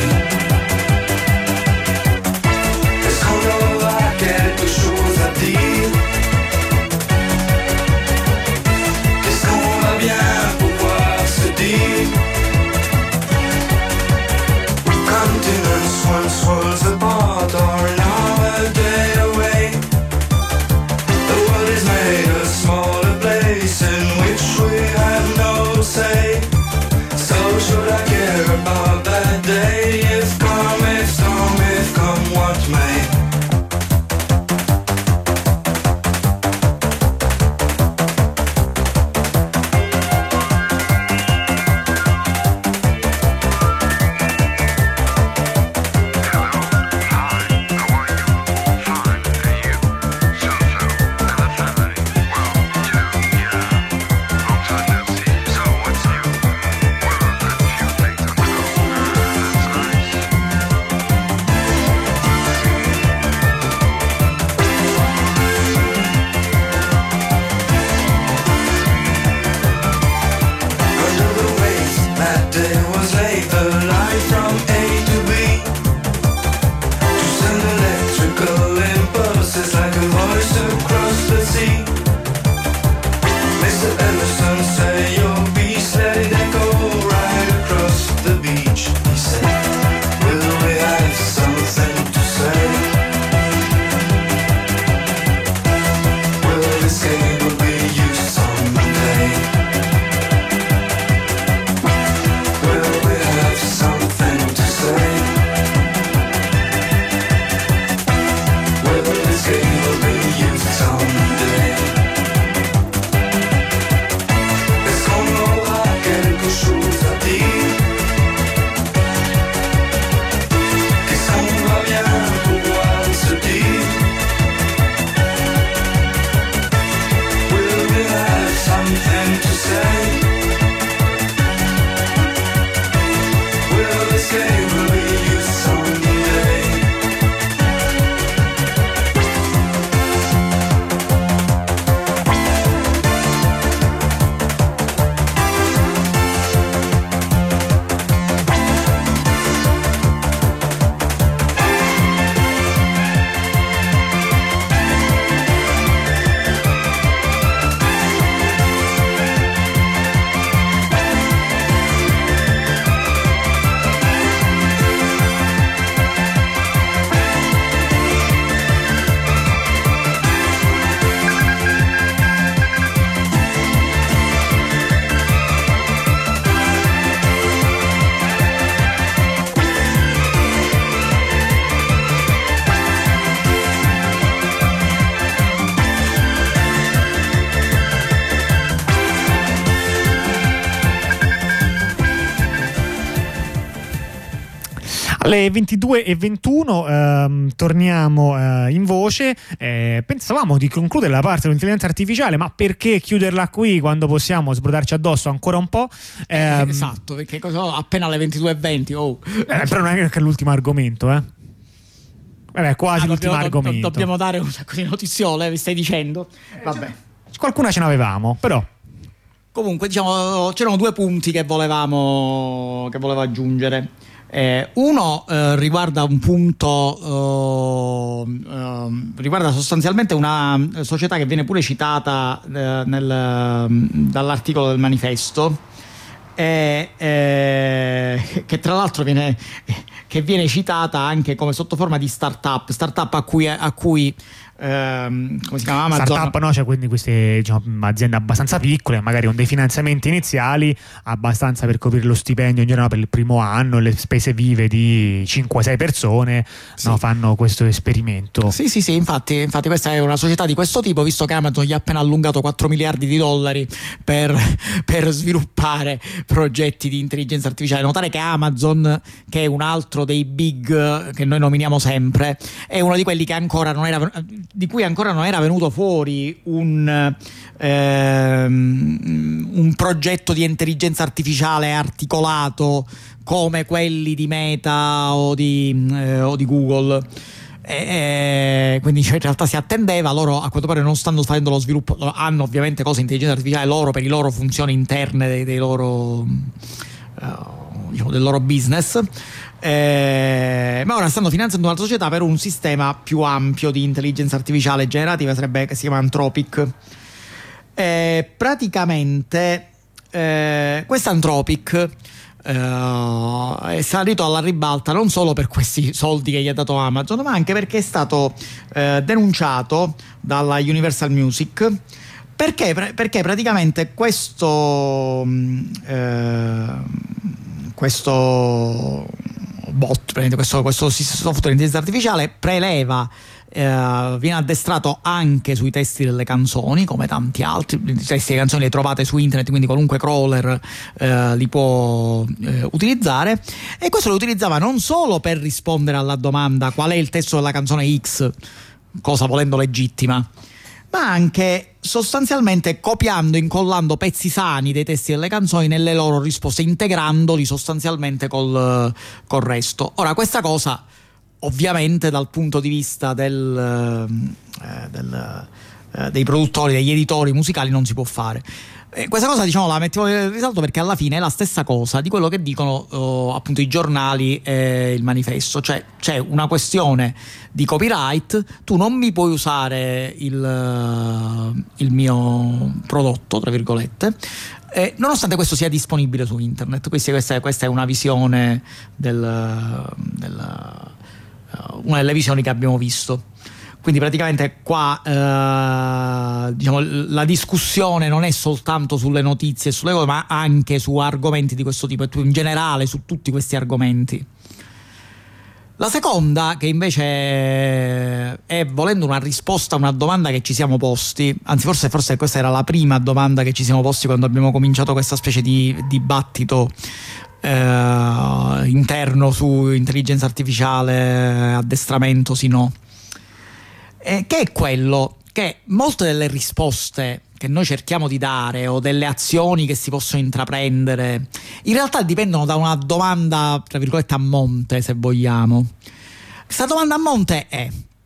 Alle 22:21 torniamo in voce. Pensavamo di concludere la parte dell'intelligenza artificiale, ma perché chiuderla qui quando possiamo sbrodarci addosso ancora un po'? Esatto, perché appena alle 22:20. Però non è anche l'ultimo argomento, Vabbè, quasi l'ultimo argomento. Dobbiamo dare un sacco di notiziole, vi stai dicendo? Vabbè. Qualcuna ce n'avevamo, però. Comunque, diciamo, c'erano due punti che volevo aggiungere. Uno riguarda un punto, riguarda sostanzialmente una società che viene pure citata dall'articolo del manifesto, che tra l'altro viene citata anche come sotto forma di startup a cui come si chiama, Amazon. Startup, no? Cioè, quindi queste, diciamo, aziende abbastanza piccole, magari con dei finanziamenti iniziali abbastanza per coprire lo stipendio in generale per il primo anno, le spese vive di 5-6 persone, sì. No, fanno questo esperimento. Sì, infatti questa è una società di questo tipo, visto che Amazon gli ha appena allungato $4 miliardi per sviluppare progetti di intelligenza artificiale. Notare che Amazon, che è un altro dei big che noi nominiamo sempre, è uno di quelli che di cui ancora non era venuto fuori un progetto di intelligenza artificiale articolato come quelli di Meta o di Google. Quindi in realtà si attendeva, loro a quanto pare non stanno facendo lo sviluppo, hanno ovviamente cose di intelligenza artificiale loro per le loro funzioni interne dei loro diciamo, del loro business. Ma ora stanno finanziando un'altra società per un sistema più ampio di intelligenza artificiale generativa, che si chiama Anthropic. Praticamente questa Anthropic è salito alla ribalta non solo per questi soldi che gli ha dato Amazon, ma anche perché è stato denunciato dalla Universal Music perché praticamente questo bot, questo software di intelligenza artificiale preleva, viene addestrato anche sui testi delle canzoni, come tanti altri. I testi delle canzoni li trovate su internet, quindi qualunque crawler li può utilizzare, e questo lo utilizzava non solo per rispondere alla domanda qual è il testo della canzone X, cosa volendo legittima, ma anche sostanzialmente copiando, incollando pezzi sani dei testi delle canzoni nelle loro risposte, integrandoli sostanzialmente col resto. Ora, questa cosa ovviamente dal punto di vista dei produttori, degli editori musicali non si può fare. Questa cosa, diciamo, la mettiamo in risalto perché alla fine è la stessa cosa di quello che dicono appunto i giornali e il manifesto, cioè c'è una questione di copyright, tu non mi puoi usare il mio prodotto, tra virgolette, nonostante questo sia disponibile su internet. Questa è una visione una delle visioni che abbiamo visto. Quindi praticamente qua diciamo, la discussione non è soltanto sulle notizie e sulle cose, ma anche su argomenti di questo tipo, e in generale su tutti questi argomenti. La seconda, che invece è volendo una risposta a una domanda che ci siamo posti, anzi forse questa era la prima domanda che ci siamo posti quando abbiamo cominciato questa specie di dibattito interno su intelligenza artificiale, addestramento sì no. Che è quello che molte delle risposte che noi cerchiamo di dare o delle azioni che si possono intraprendere in realtà dipendono da una domanda, tra virgolette, a monte, se vogliamo. Questa domanda a monte è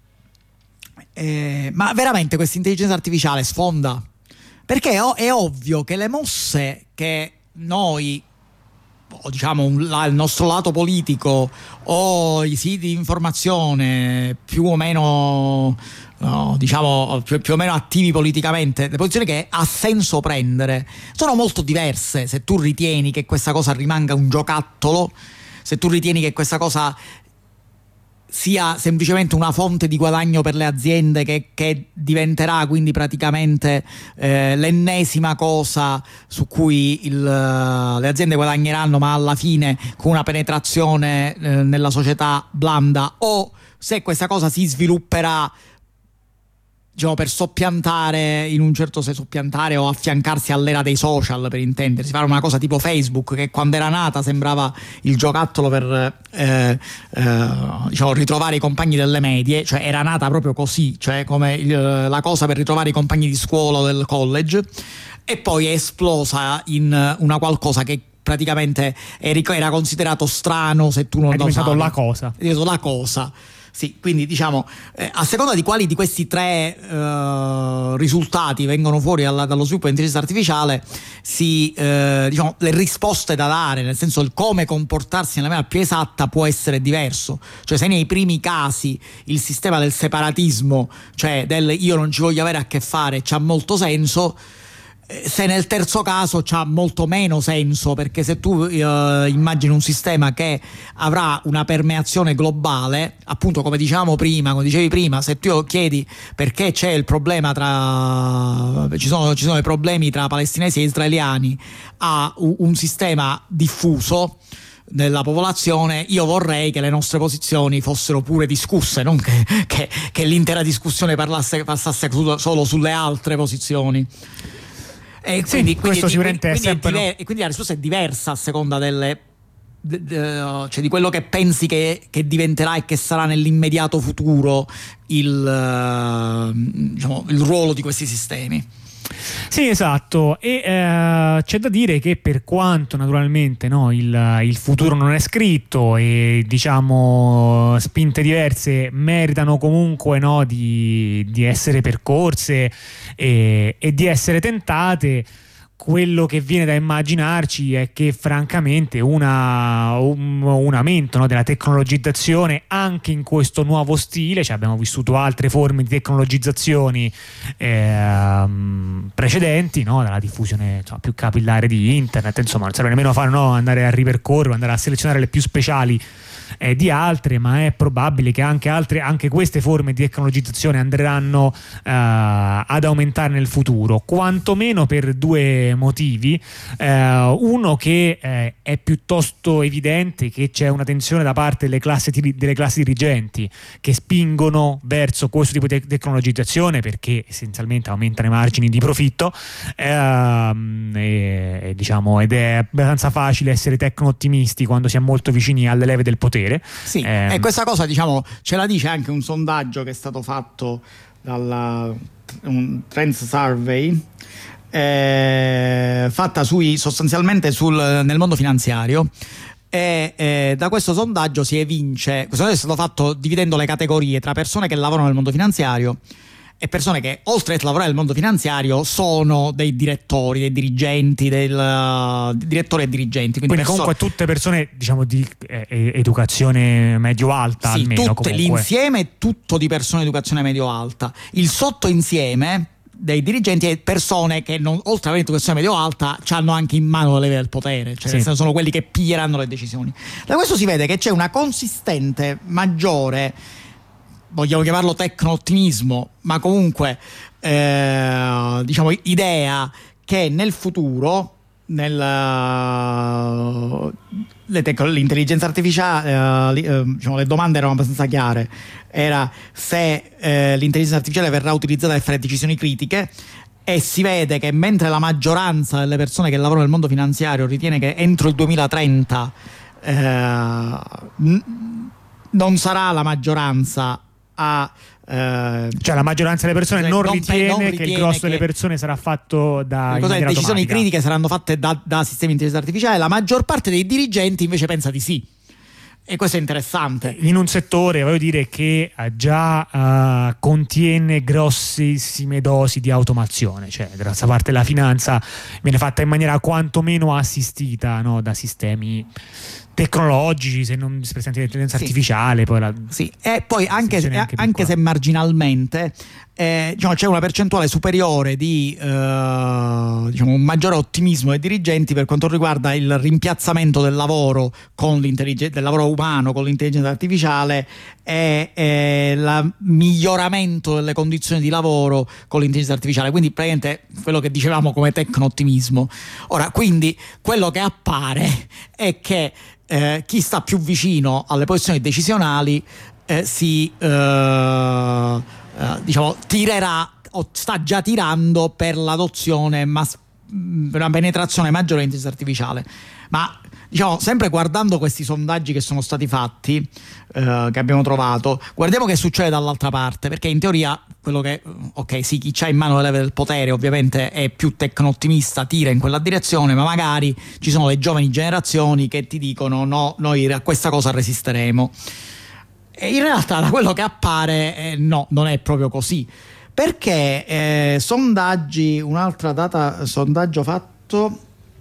ma veramente questa intelligenza artificiale sfonda? Perché è ovvio che le mosse che noi, o diciamo il nostro lato politico o i siti di informazione più o meno diciamo più o meno attivi politicamente, le posizioni che ha senso prendere sono molto diverse. Se tu ritieni che questa cosa rimanga un giocattolo, se tu ritieni che questa cosa sia semplicemente una fonte di guadagno per le aziende che diventerà quindi praticamente l'ennesima cosa su cui le aziende guadagneranno, ma alla fine con una penetrazione nella società blanda, o se questa cosa si svilupperà diciamo, per soppiantare, in un certo senso soppiantare o affiancarsi all'era dei social, per intendersi, fare una cosa tipo Facebook, che quando era nata sembrava il giocattolo per diciamo, ritrovare i compagni delle medie, cioè era nata proprio così, cioè come la cosa per ritrovare i compagni di scuola o del college, e poi è esplosa in una qualcosa che praticamente era considerato strano se tu non è lo diventato usavi. la cosa. È diventato la cosa. Sì, quindi diciamo, a seconda di quali di questi tre risultati vengono fuori dallo sviluppo dell'intelligenza artificiale, diciamo, le risposte da dare, nel senso il come comportarsi nella maniera più esatta può essere diverso. Cioè, se nei primi casi il sistema del separatismo, cioè del io non ci voglio avere a che fare, c'ha molto senso, se nel terzo caso c'ha molto meno senso, perché se tu immagini un sistema che avrà una permeazione globale, appunto come dicevamo prima, come dicevi prima, se tu chiedi perché c'è il problema ci sono i problemi tra palestinesi e israeliani a un sistema diffuso nella popolazione, io vorrei che le nostre posizioni fossero pure discusse, non che l'intera discussione passasse solo sulle altre posizioni. E quindi, questo sicuramente è sempre e quindi la risposta è diversa a seconda cioè di quello che pensi che diventerà e che sarà nell'immediato futuro diciamo, il ruolo di questi sistemi. Sì, esatto, e c'è da dire che per quanto naturalmente, no, il futuro non è scritto e diciamo spinte diverse meritano comunque, no, di essere percorse e di essere tentate, quello che viene da immaginarci è che francamente un aumento, no, della tecnologizzazione anche in questo nuovo stile, cioè abbiamo vissuto altre forme di tecnologizzazioni precedenti, no, dalla diffusione, insomma, più capillare di internet, insomma non serve nemmeno andare a ripercorrere, andare a selezionare le più speciali di altre, ma è probabile che anche queste forme di tecnologizzazione andranno ad aumentare nel futuro, quantomeno per due motivi. Uno che è piuttosto evidente, che c'è una tensione da parte delle classi dirigenti che spingono verso questo tipo di tecnologizzazione perché essenzialmente aumentano i margini di profitto, diciamo, ed è abbastanza facile essere tecno-ottimisti quando si è molto vicini alle leve del potere. Sì, e questa cosa, diciamo, ce la dice anche un sondaggio che è stato fatto un Trends Survey, fatta sostanzialmente nel mondo finanziario. E da questo sondaggio si evince, questo è stato fatto dividendo le categorie tra persone che lavorano nel mondo finanziario e persone che, oltre a lavorare nel mondo finanziario, sono dei direttori, dei dirigenti, direttori e dirigenti. Quindi comunque tutte persone, diciamo, di educazione medio-alta, sì, almeno. L'insieme è tutto di persone di educazione medio-alta. Il sottoinsieme dei dirigenti è persone che, oltre ad avere educazione medio-alta, hanno anche in mano le leve del potere, cioè sì, sono quelli che piglieranno le decisioni. Da questo si vede che c'è una consistente maggiore, vogliamo chiamarlo tecno-ottimismo, ma comunque diciamo idea che nel futuro l'intelligenza artificiale, diciamo, le domande erano abbastanza chiare, era se l'intelligenza artificiale verrà utilizzata per fare decisioni critiche, e si vede che mentre la maggioranza delle persone che lavorano nel mondo finanziario ritiene che entro il 2030 non sarà la maggioranza cioè la maggioranza delle persone non ritiene che il grosso delle persone sarà fatto da le decisioni critiche saranno fatte da sistemi di intelligenza artificiale. La maggior parte dei dirigenti invece pensa di sì, e questo è interessante in un settore, voglio dire, che già contiene grossissime dosi di automazione, cioè grossa parte della finanza viene fatta in maniera quantomeno assistita, no, da sistemi tecnologici, se non presenti l'intelligenza artificiale. Poi sì, e poi anche se marginalmente diciamo, c'è una percentuale superiore di diciamo, un maggiore ottimismo dei dirigenti per quanto riguarda il rimpiazzamento del lavoro del lavoro umano con l'intelligenza artificiale e il miglioramento delle condizioni di lavoro con l'intelligenza artificiale, quindi praticamente quello che dicevamo come tecno-ottimismo. Ora, quindi quello che appare è che chi sta più vicino alle posizioni decisionali diciamo, tirerà o sta già tirando per l'adozione, per una penetrazione maggiore dell'intelligenza artificiale. Ma diciamo, sempre guardando questi sondaggi che sono stati fatti, che abbiamo trovato, guardiamo che succede dall'altra parte, perché in teoria quello che, ok, sì, chi c'ha in mano le leve del potere ovviamente è più tecno-ottimista, tira in quella direzione, ma magari ci sono le giovani generazioni che ti dicono no, noi a questa cosa resisteremo. E in realtà da quello che appare no, non è proprio così, perché sondaggi, un'altra data, sondaggio fatto.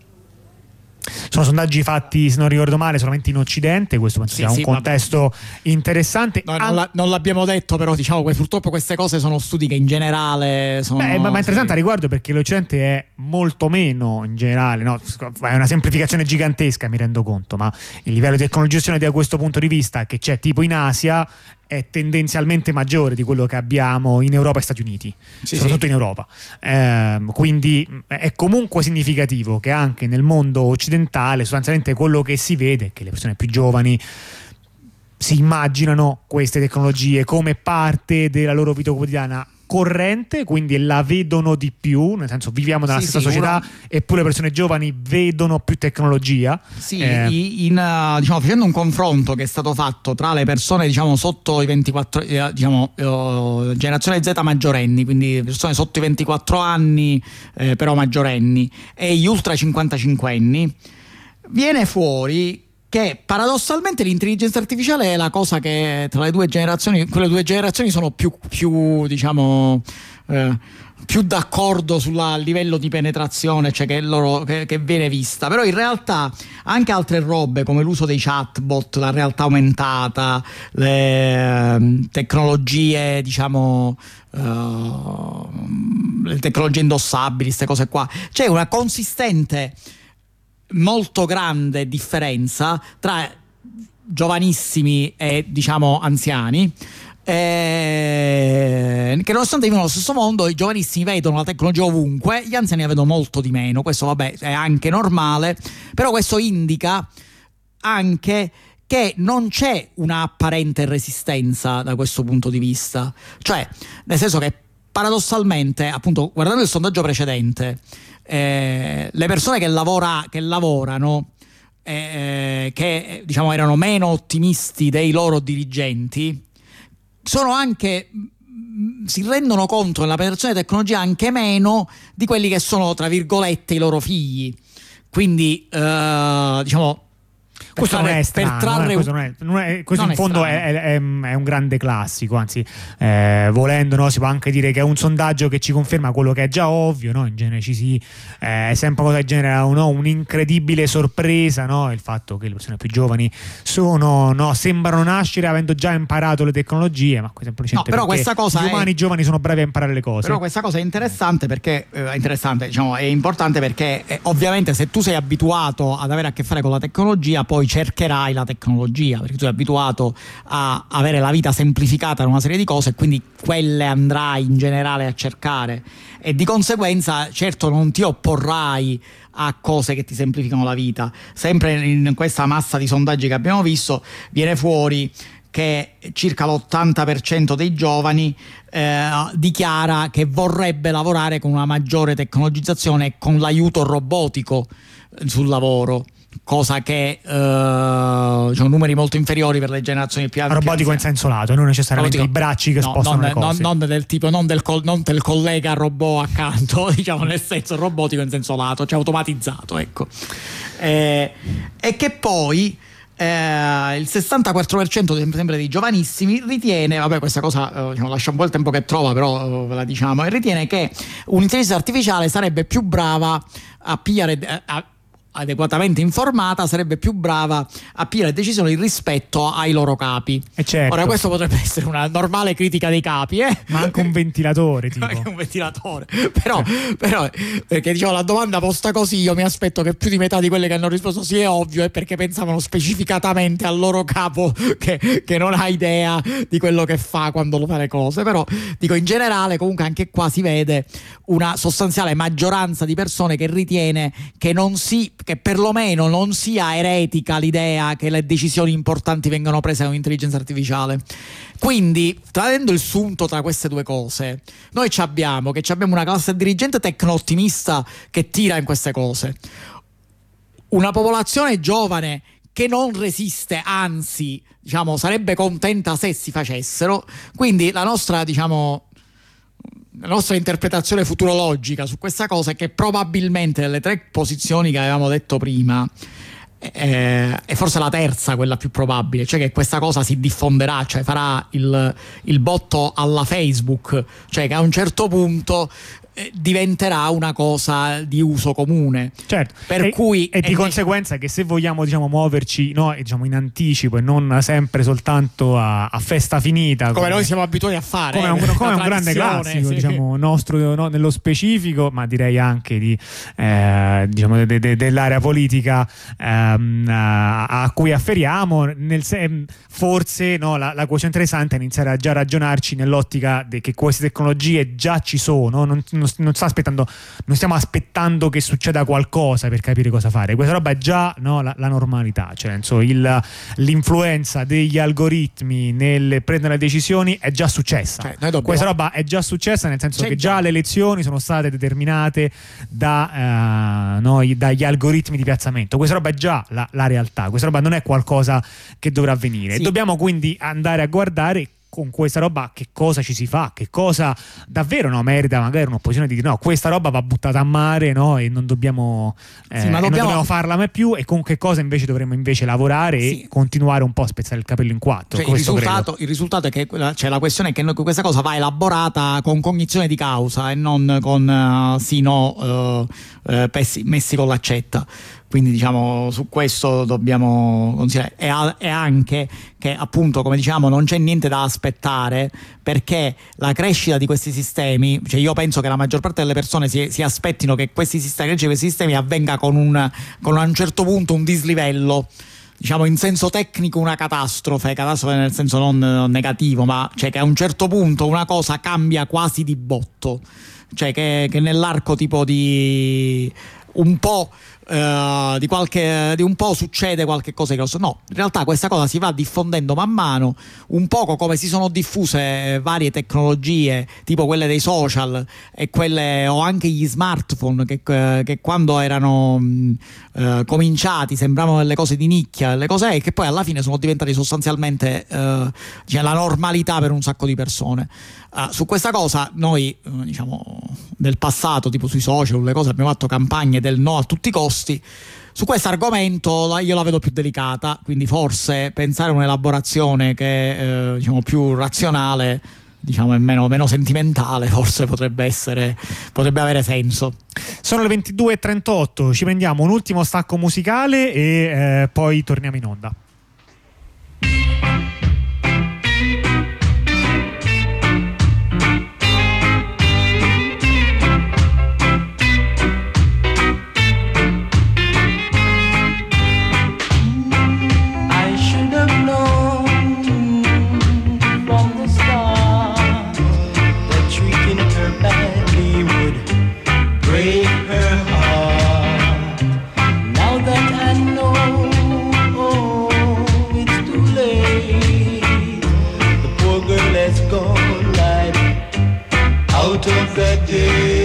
Sono sondaggi fatti, se non ricordo male, solamente in Occidente. Questo penso sia un contesto interessante. No, non l'abbiamo detto, però diciamo che purtroppo queste cose sono studi che in generale sono... ma è interessante a riguardo, perché l'Occidente è molto meno in generale, no? È una semplificazione gigantesca, mi rendo conto, ma il livello di tecnologizzazione da questo punto di vista che c'è tipo in Asia è tendenzialmente maggiore di quello che abbiamo in Europa e Stati Uniti, soprattutto in Europa. Quindi è comunque significativo che anche nel mondo occidentale sostanzialmente quello che si vede è che le persone più giovani si immaginano queste tecnologie come parte della loro vita quotidiana corrente, quindi la vedono di più, nel senso viviamo nella stessa società, eppure le persone giovani vedono più tecnologia. Diciamo, facendo un confronto che è stato fatto tra le persone, diciamo, sotto i 24, generazione Z maggiorenni, quindi persone sotto i 24 anni però maggiorenni, e gli ultra 55enni, viene fuori che paradossalmente l'intelligenza artificiale è la cosa che tra le due generazioni, quelle due generazioni sono più diciamo più d'accordo sul livello di penetrazione, cioè che viene vista. Però in realtà anche altre robe come l'uso dei chatbot, la realtà aumentata, le tecnologie, diciamo le tecnologie indossabili, queste cose qua, c'è una consistente, molto grande differenza tra giovanissimi e diciamo anziani, che nonostante vivono nello stesso mondo, i giovanissimi vedono la tecnologia ovunque, gli anziani la vedono molto di meno. Questo vabbè è anche normale, però questo indica anche che non c'è una apparente resistenza da questo punto di vista, cioè nel senso che paradossalmente, appunto, guardando il sondaggio precedente, le persone che lavorano, che diciamo erano meno ottimisti dei loro dirigenti, sono anche, si rendono conto della penetrazione di tecnologia anche meno di quelli che sono, tra virgolette, i loro figli. Quindi diciamo, questo non è strano, questo in fondo è un grande classico, anzi volendo, no, si può anche dire che è un sondaggio che ci conferma quello che è già ovvio, no? In genere è sempre una cosa che genera un'incredibile sorpresa, no? Il fatto che le persone più giovani sembrano nascere avendo già imparato le tecnologie, ma semplicemente però questa cosa gli umani giovani sono bravi a imparare le cose. Però questa cosa è interessante perché diciamo, è importante perché ovviamente se tu sei abituato ad avere a che fare con la tecnologia, poi cercherai la tecnologia, perché tu sei abituato a avere la vita semplificata in una serie di cose, e quindi quelle andrai in generale a cercare, e di conseguenza certo non ti opporrai a cose che ti semplificano la vita. Sempre in questa massa di sondaggi che abbiamo visto viene fuori che circa l'80% dei giovani dichiara che vorrebbe lavorare con una maggiore tecnologizzazione e con l'aiuto robotico sul lavoro, cosa che sono numeri molto inferiori per le generazioni più alte. Robotico in senso lato, non necessariamente i bracci che spostano le cose. Non del tipo, non del collega robot accanto, diciamo, nel senso robotico in senso lato, cioè automatizzato, ecco. E che poi il 64% sempre dei giovanissimi ritiene, vabbè, questa cosa diciamo, lascia un po' il tempo che trova, però ve la diciamo, e ritiene che un'intelligenza artificiale sarebbe più brava a pigliare adeguatamente informata, sarebbe più brava a pigliare decisioni rispetto ai loro capi. Certo. Ora questo potrebbe essere una normale critica dei capi, ma anche un ventilatore, tipo. Anche un ventilatore. Però perché diciamo, la domanda posta così, io mi aspetto che più di metà di quelle che hanno risposto sì è ovvio, è perché pensavano specificatamente al loro capo che non ha idea di quello che fa quando lo fa le cose. Però dico, in generale comunque anche qua si vede una sostanziale maggioranza di persone che ritiene che non si che perlomeno non sia eretica l'idea che le decisioni importanti vengano prese da un'intelligenza artificiale. Quindi, traendo il sunto tra queste due cose, noi abbiamo una classe dirigente tecno-ottimista che tira in queste cose, una popolazione giovane che non resiste, anzi, diciamo, sarebbe contenta se si facessero. Quindi la nostra interpretazione futurologica su questa cosa è che probabilmente delle tre posizioni che avevamo detto prima è forse la terza quella più probabile, cioè che questa cosa si diffonderà, cioè farà il botto alla Facebook, cioè che a un certo punto diventerà una cosa di uso comune. Certo. E di conseguenza che se vogliamo, diciamo, muoverci, no, diciamo, in anticipo e non sempre soltanto a festa finita, come noi siamo abituati a fare, come un grande classico, sì, diciamo, nostro, no, nello specifico, ma direi anche diciamo dell'area politica a cui afferiamo, forse, no, la cosa interessante è iniziare a già ragionarci nell'ottica che queste tecnologie già ci sono, non stiamo aspettando che succeda qualcosa per capire cosa fare. Questa roba è già, no, la normalità, cioè l'influenza degli algoritmi nel prendere le decisioni è già successa. Questa roba è già successa, nel senso che già le elezioni sono state determinate dagli algoritmi di piazzamento. Questa roba è già la realtà, questa roba non è qualcosa che dovrà avvenire. Dobbiamo quindi andare a guardare con questa roba che cosa ci si fa, che cosa davvero, no, merita magari un'opposizione di dire no, questa roba va buttata a mare, no, e non dobbiamo non dobbiamo farla mai più, e con che cosa invece dovremmo lavorare e continuare un po' a spezzare il capello in quattro. Cioè, il risultato è che la questione è che questa cosa va elaborata con cognizione di causa e non con messi con l'accetta. Quindi, diciamo, su questo dobbiamo considerare, e anche che, appunto, come diciamo, non c'è niente da aspettare, perché la crescita di questi sistemi, cioè io penso che la maggior parte delle persone si aspettino che questi sistemi avvenga con a un certo punto un dislivello, diciamo, in senso tecnico una catastrofe nel senso non negativo, ma cioè che a un certo punto una cosa cambia quasi di botto, cioè che nell'arco tipo di un po' di un po' succede qualche cosa grosso. No, in realtà questa cosa si va diffondendo man mano, un poco come si sono diffuse varie tecnologie tipo quelle dei social e quelle, o anche gli smartphone che quando erano cominciati sembravano delle cose di nicchia, delle cose che poi alla fine sono diventati sostanzialmente la normalità per un sacco di persone. Su questa cosa noi, diciamo, del passato, tipo sui social, le cose, abbiamo fatto campagne del no a tutti i costi. Su questo argomento io la vedo più delicata, quindi forse pensare a un'elaborazione che diciamo più razionale, diciamo, e meno sentimentale, forse potrebbe avere senso. Sono le 22:38, ci prendiamo un ultimo stacco musicale e poi torniamo in onda. Out of that day